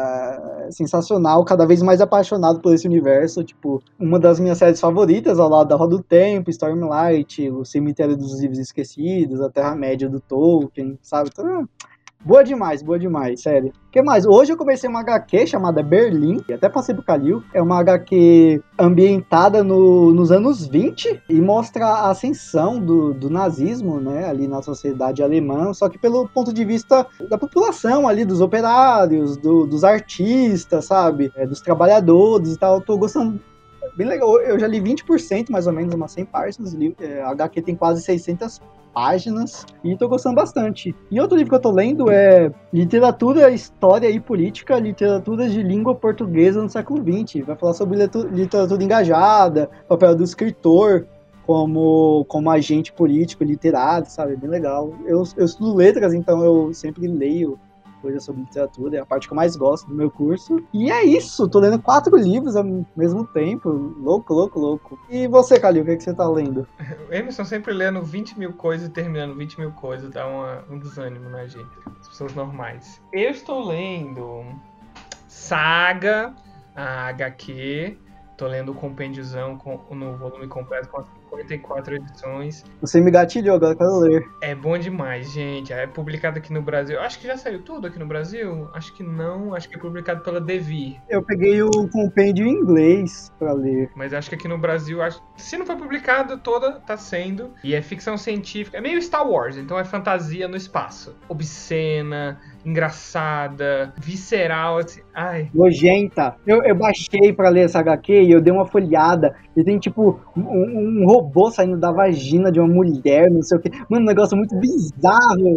é sensacional, cada vez mais apaixonado por esse universo, tipo, uma das minhas séries favoritas, ao lado da Roda do Tempo, Stormlight, O Cemitério dos Livros Esquecidos, A Terra-média do Tolkien, sabe? Então, boa demais, sério. O que mais? Hoje eu comecei uma HQ chamada Berlim, e até passei pro Calil. É uma HQ ambientada nos anos 20 e mostra a ascensão do nazismo, né, ali na sociedade alemã, só que pelo ponto de vista da população ali, dos operários, dos artistas, sabe? Dos trabalhadores e tal. Eu tô gostando. Bem legal, eu já li 20%, mais ou menos, umas 100 páginas. A HQ tem quase 600 páginas e tô gostando bastante. E outro livro que eu tô lendo é Literatura, História e Política, Literaturas de Língua Portuguesa no século XX. Vai falar sobre literatura engajada, papel do escritor como agente político, literário, sabe? Bem legal. Eu estudo letras, então eu sempre leio coisas sobre literatura, é a parte que eu mais gosto do meu curso. E é isso, tô lendo 4 livros ao mesmo tempo, louco. E você, Calil, o que, é que você tá lendo? O Emerson sempre lendo 20 mil coisas e terminando 20 mil coisas, dá um desânimo na gente, as pessoas normais. Eu estou lendo Saga, a HQ, tô lendo o compêndiozão no volume completo com as 54 edições. Você me gatilhou, agora eu quero ler. É bom demais, gente. É publicado aqui no Brasil. Acho que já saiu tudo aqui no Brasil. Acho que não. Acho que é publicado pela Devir. Eu peguei o compêndio em inglês pra ler. Mas acho que aqui no Brasil, se não foi publicado, toda tá sendo. E é ficção científica. É meio Star Wars, então é fantasia no espaço. Obscena, engraçada, visceral. Assim. Ai. Nojenta. Eu baixei pra ler essa HQ e eu dei uma folhada. E tem tipo um robô saindo da vagina de uma mulher, não sei o que. Mano, um negócio muito bizarro.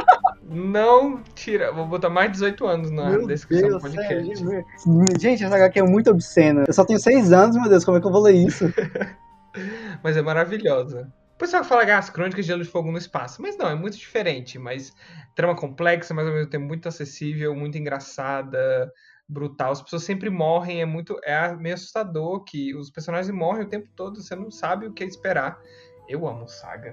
Não tira. Vou botar mais de 18 anos na descrição do podcast. Sério, gente, essa HQ é muito obscena. Eu só tenho 6 anos, meu Deus, como é que eu vou ler isso? Mas é maravilhosa. O pessoal fala que as Crônicas de Gelo e Fogo no Espaço. Mas não, é muito diferente. Mas trama complexa, mas ao mesmo tempo muito acessível, muito engraçada, brutal. As pessoas sempre morrem, é meio assustador que os personagens morrem o tempo todo, você não sabe o que esperar. Eu amo Saga.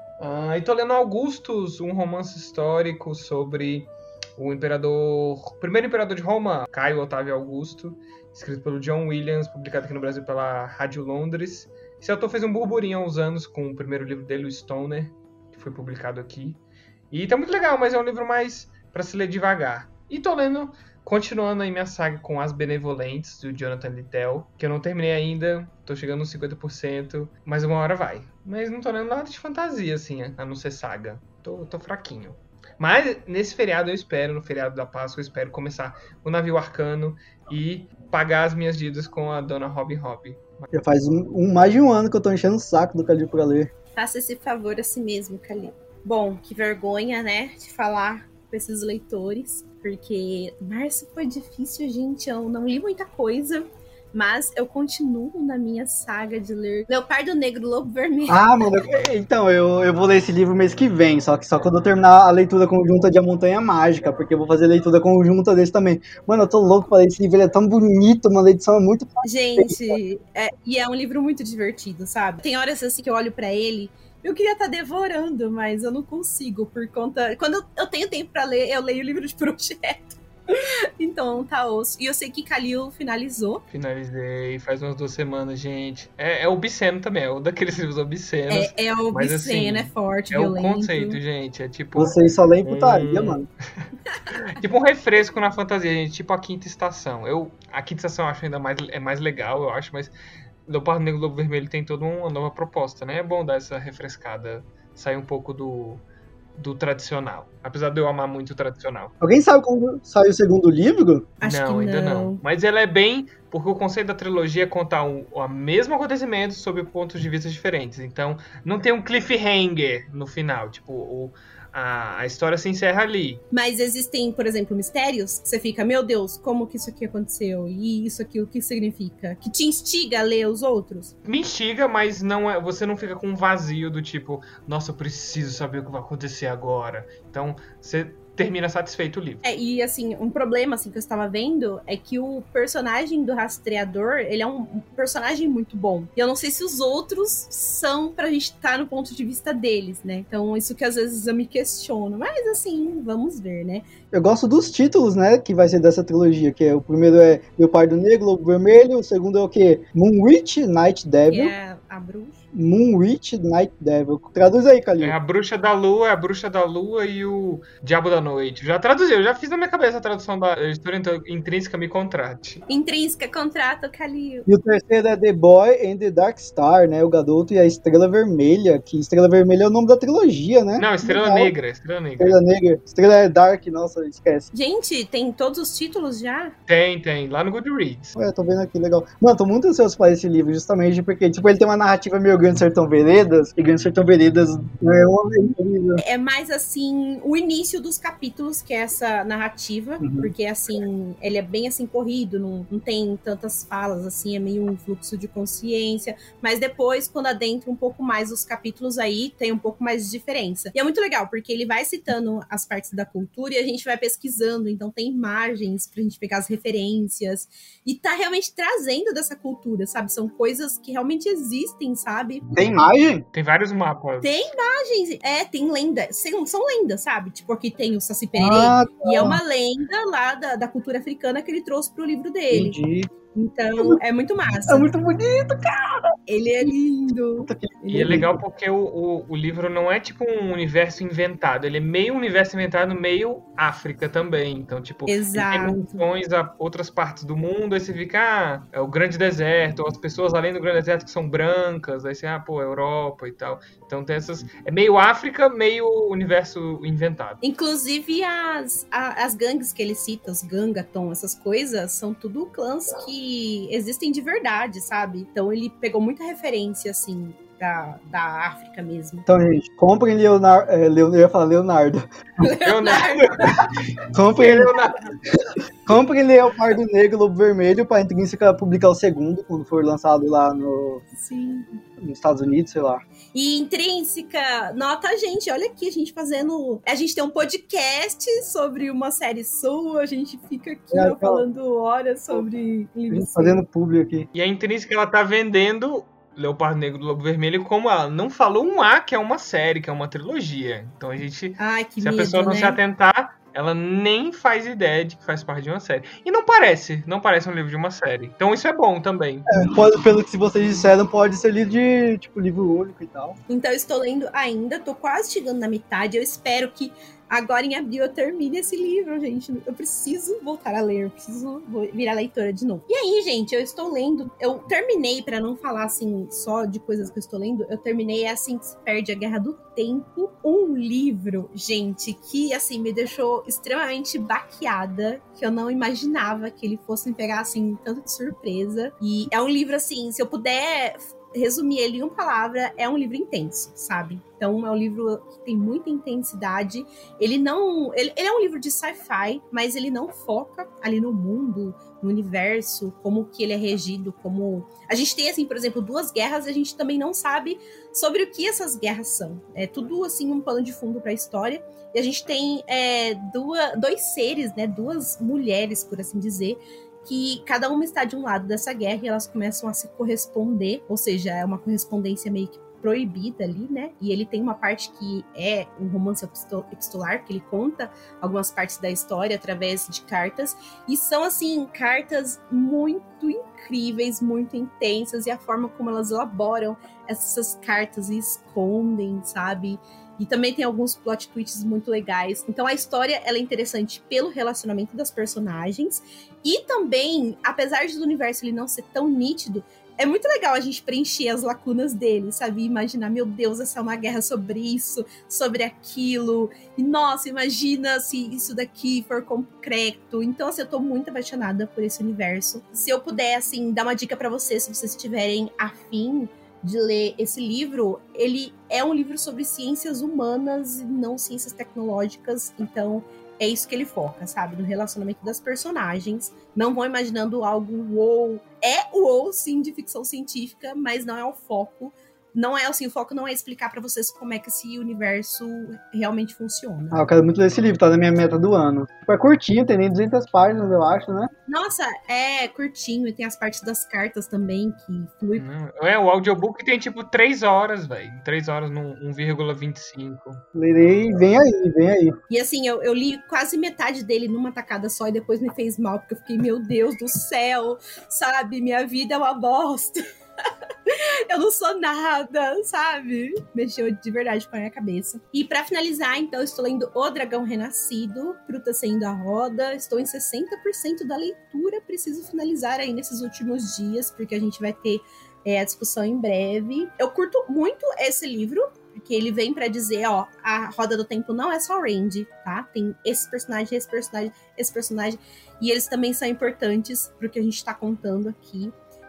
E tô lendo Augustus, um romance histórico sobre o primeiro imperador de Roma, Caio Otávio Augusto, escrito pelo John Williams, publicado aqui no Brasil pela Rádio Londres. Esse autor fez um burburinho há uns anos com o primeiro livro dele, o Stoner, que foi publicado aqui. E tá muito legal, mas é um livro mais pra se ler devagar. E tô lendo, continuando aí minha saga com As Benevolentes, do Jonathan Littell, que eu não terminei ainda, tô chegando nos 50%, mas uma hora vai. Mas não tô lendo nada de fantasia, assim, a não ser saga. Tô fraquinho. Mas nesse feriado no feriado da Páscoa, eu espero começar o Navio Arcano e pagar as minhas dívidas com a dona Robin Hobb. Já faz mais de um ano que eu tô enchendo o saco do Calil pra ler. Faça esse favor a si mesmo, Calil. Bom, que vergonha, né, de falar com esses leitores, porque março foi difícil, gente, eu não li muita coisa, mas eu continuo na minha saga de ler Leopardo Negro, Lobo Vermelho. Mano, então, eu vou ler esse livro mês que vem, só quando eu terminar a leitura conjunta de A Montanha Mágica, porque eu vou fazer leitura conjunta desse também. Mano, eu tô louco pra ler esse livro, ele é tão bonito, mano, a edição é muito... Gente, e é um livro muito divertido, sabe? Tem horas assim que eu olho pra ele, eu queria estar devorando, mas eu não consigo, por conta... Quando eu tenho tempo pra ler, eu leio livro de projeto. Então, tá osso. E eu sei que Calil finalizou. Finalizei, faz umas 2 semanas, gente. É obsceno também, é um daqueles livros obscenos. É obsceno, mas, assim, é forte, violento. É o conceito, gente. É tipo... Vocês só leem putaria, mano. Tipo um refresco na fantasia, gente. Tipo a Quinta Estação. A Quinta Estação eu acho ainda mais legal, eu acho, mas Leopardo Negro e Lobo Vermelho tem toda uma nova proposta, né? É bom dar essa refrescada, sair um pouco do tradicional. Apesar de eu amar muito o tradicional. Alguém sabe quando sai o segundo livro? Acho não, que ainda não. Mas ela é bem... Porque o conceito da trilogia é contar o mesmo acontecimento sob pontos de vista diferentes. Então, não tem um cliffhanger no final. Tipo, a história se encerra ali. Mas existem, por exemplo, mistérios que você fica, meu Deus, como que isso aqui aconteceu? E isso aqui, o que significa? Que te instiga a ler os outros? Me instiga, mas você não fica com um vazio do tipo, nossa, eu preciso saber o que vai acontecer agora. Então, você termina satisfeito o livro. E assim, um problema assim, que eu estava vendo é que o personagem do rastreador, ele é um personagem muito bom. E eu não sei se os outros são pra gente estar no ponto de vista deles, né? Então, isso que às vezes eu me questiono. Mas assim, vamos ver, né? Eu gosto dos títulos, né, que vai ser dessa trilogia, que o primeiro é Leopardo Negro, Lobo Vermelho, o segundo é o quê? Moonwitch, Night Devil. Que é a bruxa. Moonwitch, Night Devil. Traduz aí, Calil. É a Bruxa da Lua e o Diabo da Noite. Já traduzi, eu já fiz na minha cabeça a tradução da editora Intrínseca, me contrate. Intrínseca, contrata o Calil. E o terceiro é The Boy and the Dark Star, né, o Garoto e a Estrela Vermelha, que Estrela Vermelha é o nome da trilogia, né? Não, Estrela Negra. Estrela é Dark, nossa, esquece. Gente, tem todos os títulos já? Tem, lá no Goodreads. Tô vendo aqui, legal. Mano, tô muito ansioso pra esse livro, justamente porque, tipo, ele tem uma narrativa meio Grande Sertão Veredas, e Grande Sertão Veredas é uma incrível. É mais assim, o início dos capítulos, que é essa narrativa, porque assim, ele é bem assim corrido, não tem tantas falas, assim, é meio um fluxo de consciência, mas depois, quando adentra um pouco mais os capítulos aí, tem um pouco mais de diferença. E é muito legal, porque ele vai citando as partes da cultura e a gente vai pesquisando, então tem imagens pra gente pegar as referências, e tá realmente trazendo dessa cultura, sabe? São coisas que realmente existem, sabe? Tem imagem? Tem vários mapas. Tem imagens, tem lendas, são lendas, sabe? Tipo, aqui tem o Saci Pererê, Ah, e é uma lenda lá da cultura africana que ele trouxe pro livro dele. entendi. Então, é muito massa. É muito bonito, cara! Ele é lindo. E é legal porque o livro não é tipo um universo inventado, ele é meio universo inventado, meio África também. Então, tipo, ele tem Exato. menções a outras partes do mundo, aí você fica, é o grande deserto, ou as pessoas além do grande deserto que são brancas, aí você, Europa e tal. Então tem essas. É meio África, meio universo inventado. Inclusive, as gangues que ele cita, os Gangaton, essas coisas, são tudo clãs que existem de verdade, sabe? Então ele pegou muita referência, assim, da África mesmo. Então, gente, comprem Leonardo. Eu ia falar Leonardo. Comprem Leopardo Negro, Lobo Vermelho, pra Intrínseca publicar o segundo, quando for lançado lá Sim. nos Estados Unidos, sei lá. E Intrínseca, nota a gente, olha aqui, a gente fazendo. A gente tem um podcast sobre uma série sua, a gente fica aqui falando horas sobre livros. Fazendo publi aqui. E a Intrínseca, ela tá vendendo Leopardo Negro do Lobo Vermelho, como ela não falou um A, que é uma série, que é uma trilogia. Então a gente, se a pessoa não se atentar, ela nem faz ideia de que faz parte de uma série. E não parece um livro de uma série. Então isso é bom também. Pelo que vocês disseram, pode ser livro de, tipo, livro único e tal. Então eu estou lendo ainda, tô quase chegando na metade, eu espero que agora em abril eu termine esse livro, gente. Eu preciso voltar a ler, eu preciso virar leitora de novo. E aí, gente, eu estou lendo, eu terminei, pra não falar assim, só de coisas que eu estou lendo, eu terminei Assim que se Perde a Guerra do Tempo, um livro, gente, que assim, me deixou extremamente baqueada, que eu não imaginava que ele fosse me pegar assim, tanto de surpresa. E é um livro assim, se eu puder resumir ele em uma palavra, é um livro intenso, sabe? Então é um livro que tem muita intensidade. Ele é um livro de sci-fi, mas ele não foca ali no mundo, no universo, como que ele é regido, como... A gente tem, assim, por exemplo, 2 guerras e a gente também não sabe sobre o que essas guerras são. É tudo, assim, um pano de fundo para a história. E a gente tem 2 seres, né? 2 mulheres, por assim dizer, que cada uma está de um lado dessa guerra e elas começam a se corresponder, ou seja, é uma correspondência meio que proibida ali, né? E ele tem uma parte que é um romance epistolar, que ele conta algumas partes da história através de cartas, e são, assim, cartas muito incríveis, muito intensas, e a forma como elas elaboram essas cartas e escondem, sabe? E também tem alguns plot twists muito legais. Então a história ela é interessante pelo relacionamento das personagens. E também, apesar do universo ele não ser tão nítido, é muito legal a gente preencher as lacunas dele, sabe? Imaginar, meu Deus, essa é uma guerra sobre isso, sobre aquilo. E, nossa, imagina se isso daqui for concreto. Então, assim, eu tô muito apaixonada por esse universo. Se eu puder, assim, dar uma dica pra vocês, se vocês estiverem afim de ler esse livro, ele é um livro sobre ciências humanas e não ciências tecnológicas, então é isso que ele foca, sabe? No relacionamento das personagens. Não vão imaginando algo uou. É uou, sim, de ficção científica, mas não é o foco. Não é assim, o foco não é explicar pra vocês como é que esse universo realmente funciona. Eu quero muito ler esse livro, tá na minha meta do ano. É curtinho, tem nem 200 páginas, eu acho, né? Nossa, é curtinho e tem as partes das cartas também que flui. O audiobook tem tipo 3 horas, velho. 3 horas num 1,25. Lerei, vem aí. E assim, eu li quase metade dele numa tacada só e depois me fez mal, porque eu fiquei, meu Deus do céu, sabe? Minha vida é uma bosta. Eu não sou nada, sabe? Mexeu de verdade com a minha cabeça. E pra finalizar, então, eu estou lendo O Dragão Renascido, Fruta Saindo a Roda. Estou em 60% da leitura. Preciso finalizar aí nesses últimos dias, porque a gente vai ter a discussão em breve. Eu curto muito esse livro, porque ele vem pra dizer, ó, a Roda do Tempo não é só Randy, tá? Tem esse personagem, esse personagem, e eles também são importantes pro que a gente tá contando aqui.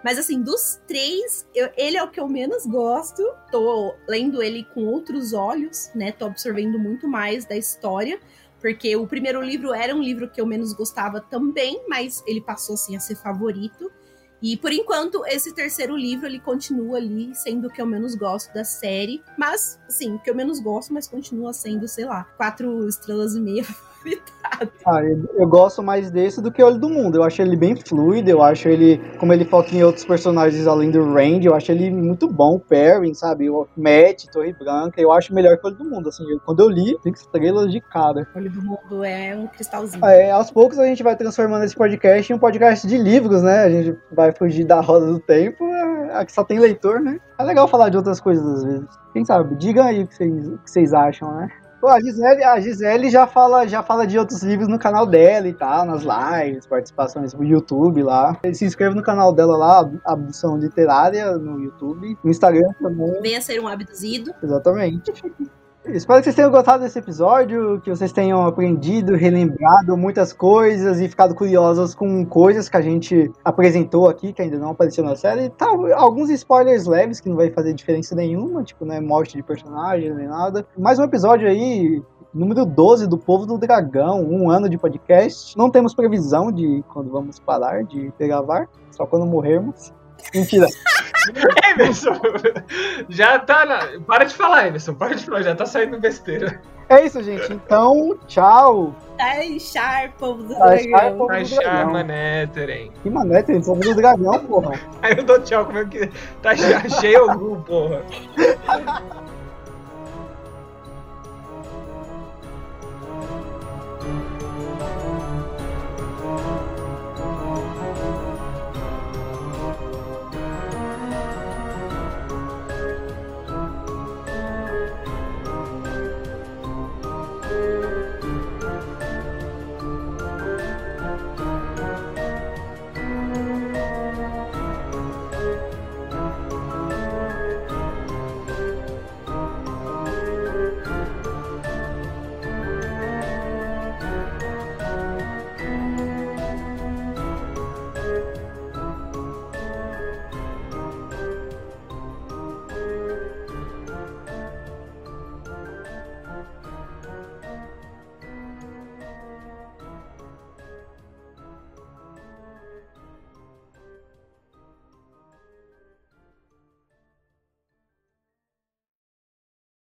Mas assim, dos 3, ele é o que eu menos gosto. Tô lendo ele com outros olhos, né? Tô absorvendo muito mais da história. Porque o primeiro livro era um livro que eu menos gostava também, mas ele passou assim a ser favorito. E por enquanto, esse terceiro livro, ele continua ali sendo o que eu menos gosto da série. Mas, assim, o que eu menos gosto, mas continua sendo, sei lá, 4 estrelas e meia favoritado. Eu gosto mais desse do que Olho do Mundo. Eu acho ele bem fluido, eu acho ele, como ele foca em outros personagens além do Randy, eu acho ele muito bom, o Perrin, sabe? O Matt, Torre Branca, eu acho melhor que Olho do Mundo. Assim, quando eu li, 5 estrelas de cara. Olho do Mundo é um cristalzinho. Aos poucos a gente vai transformando esse podcast em um podcast de livros, né? A gente vai fugir da roda do tempo, aqui só tem leitor, né? É legal falar de outras coisas às vezes. Quem sabe? Digam aí o que vocês acham, né? Pô, a Gisele já fala de outros livros no canal dela e tal, nas lives, participações no YouTube lá. Se inscreva no canal dela lá, Abdução Literária, no YouTube. No Instagram também. Venha ser um abduzido. Exatamente. Espero que vocês tenham gostado desse episódio, que vocês tenham aprendido, relembrado muitas coisas e ficado curiosos com coisas que a gente apresentou aqui, que ainda não apareceu na série. Tá, alguns spoilers leves, que não vai fazer diferença nenhuma, tipo, né, morte de personagem, nem nada. Mais um episódio aí, número 12 do Povo do Dragão, 1 ano de podcast. Não temos previsão de quando vamos parar de gravar, só quando morrermos. Mentira. Emerson, já tá Para de falar, Emerson, para de falar, já tá saindo besteira. É isso, gente, então, tchau. Taixar, Povo do Dragão. Taixar, Manéteren. Que Manéteren? Povo do Dragão, porra. Aí eu dou tchau, como é que... Taixar, cheio o porra.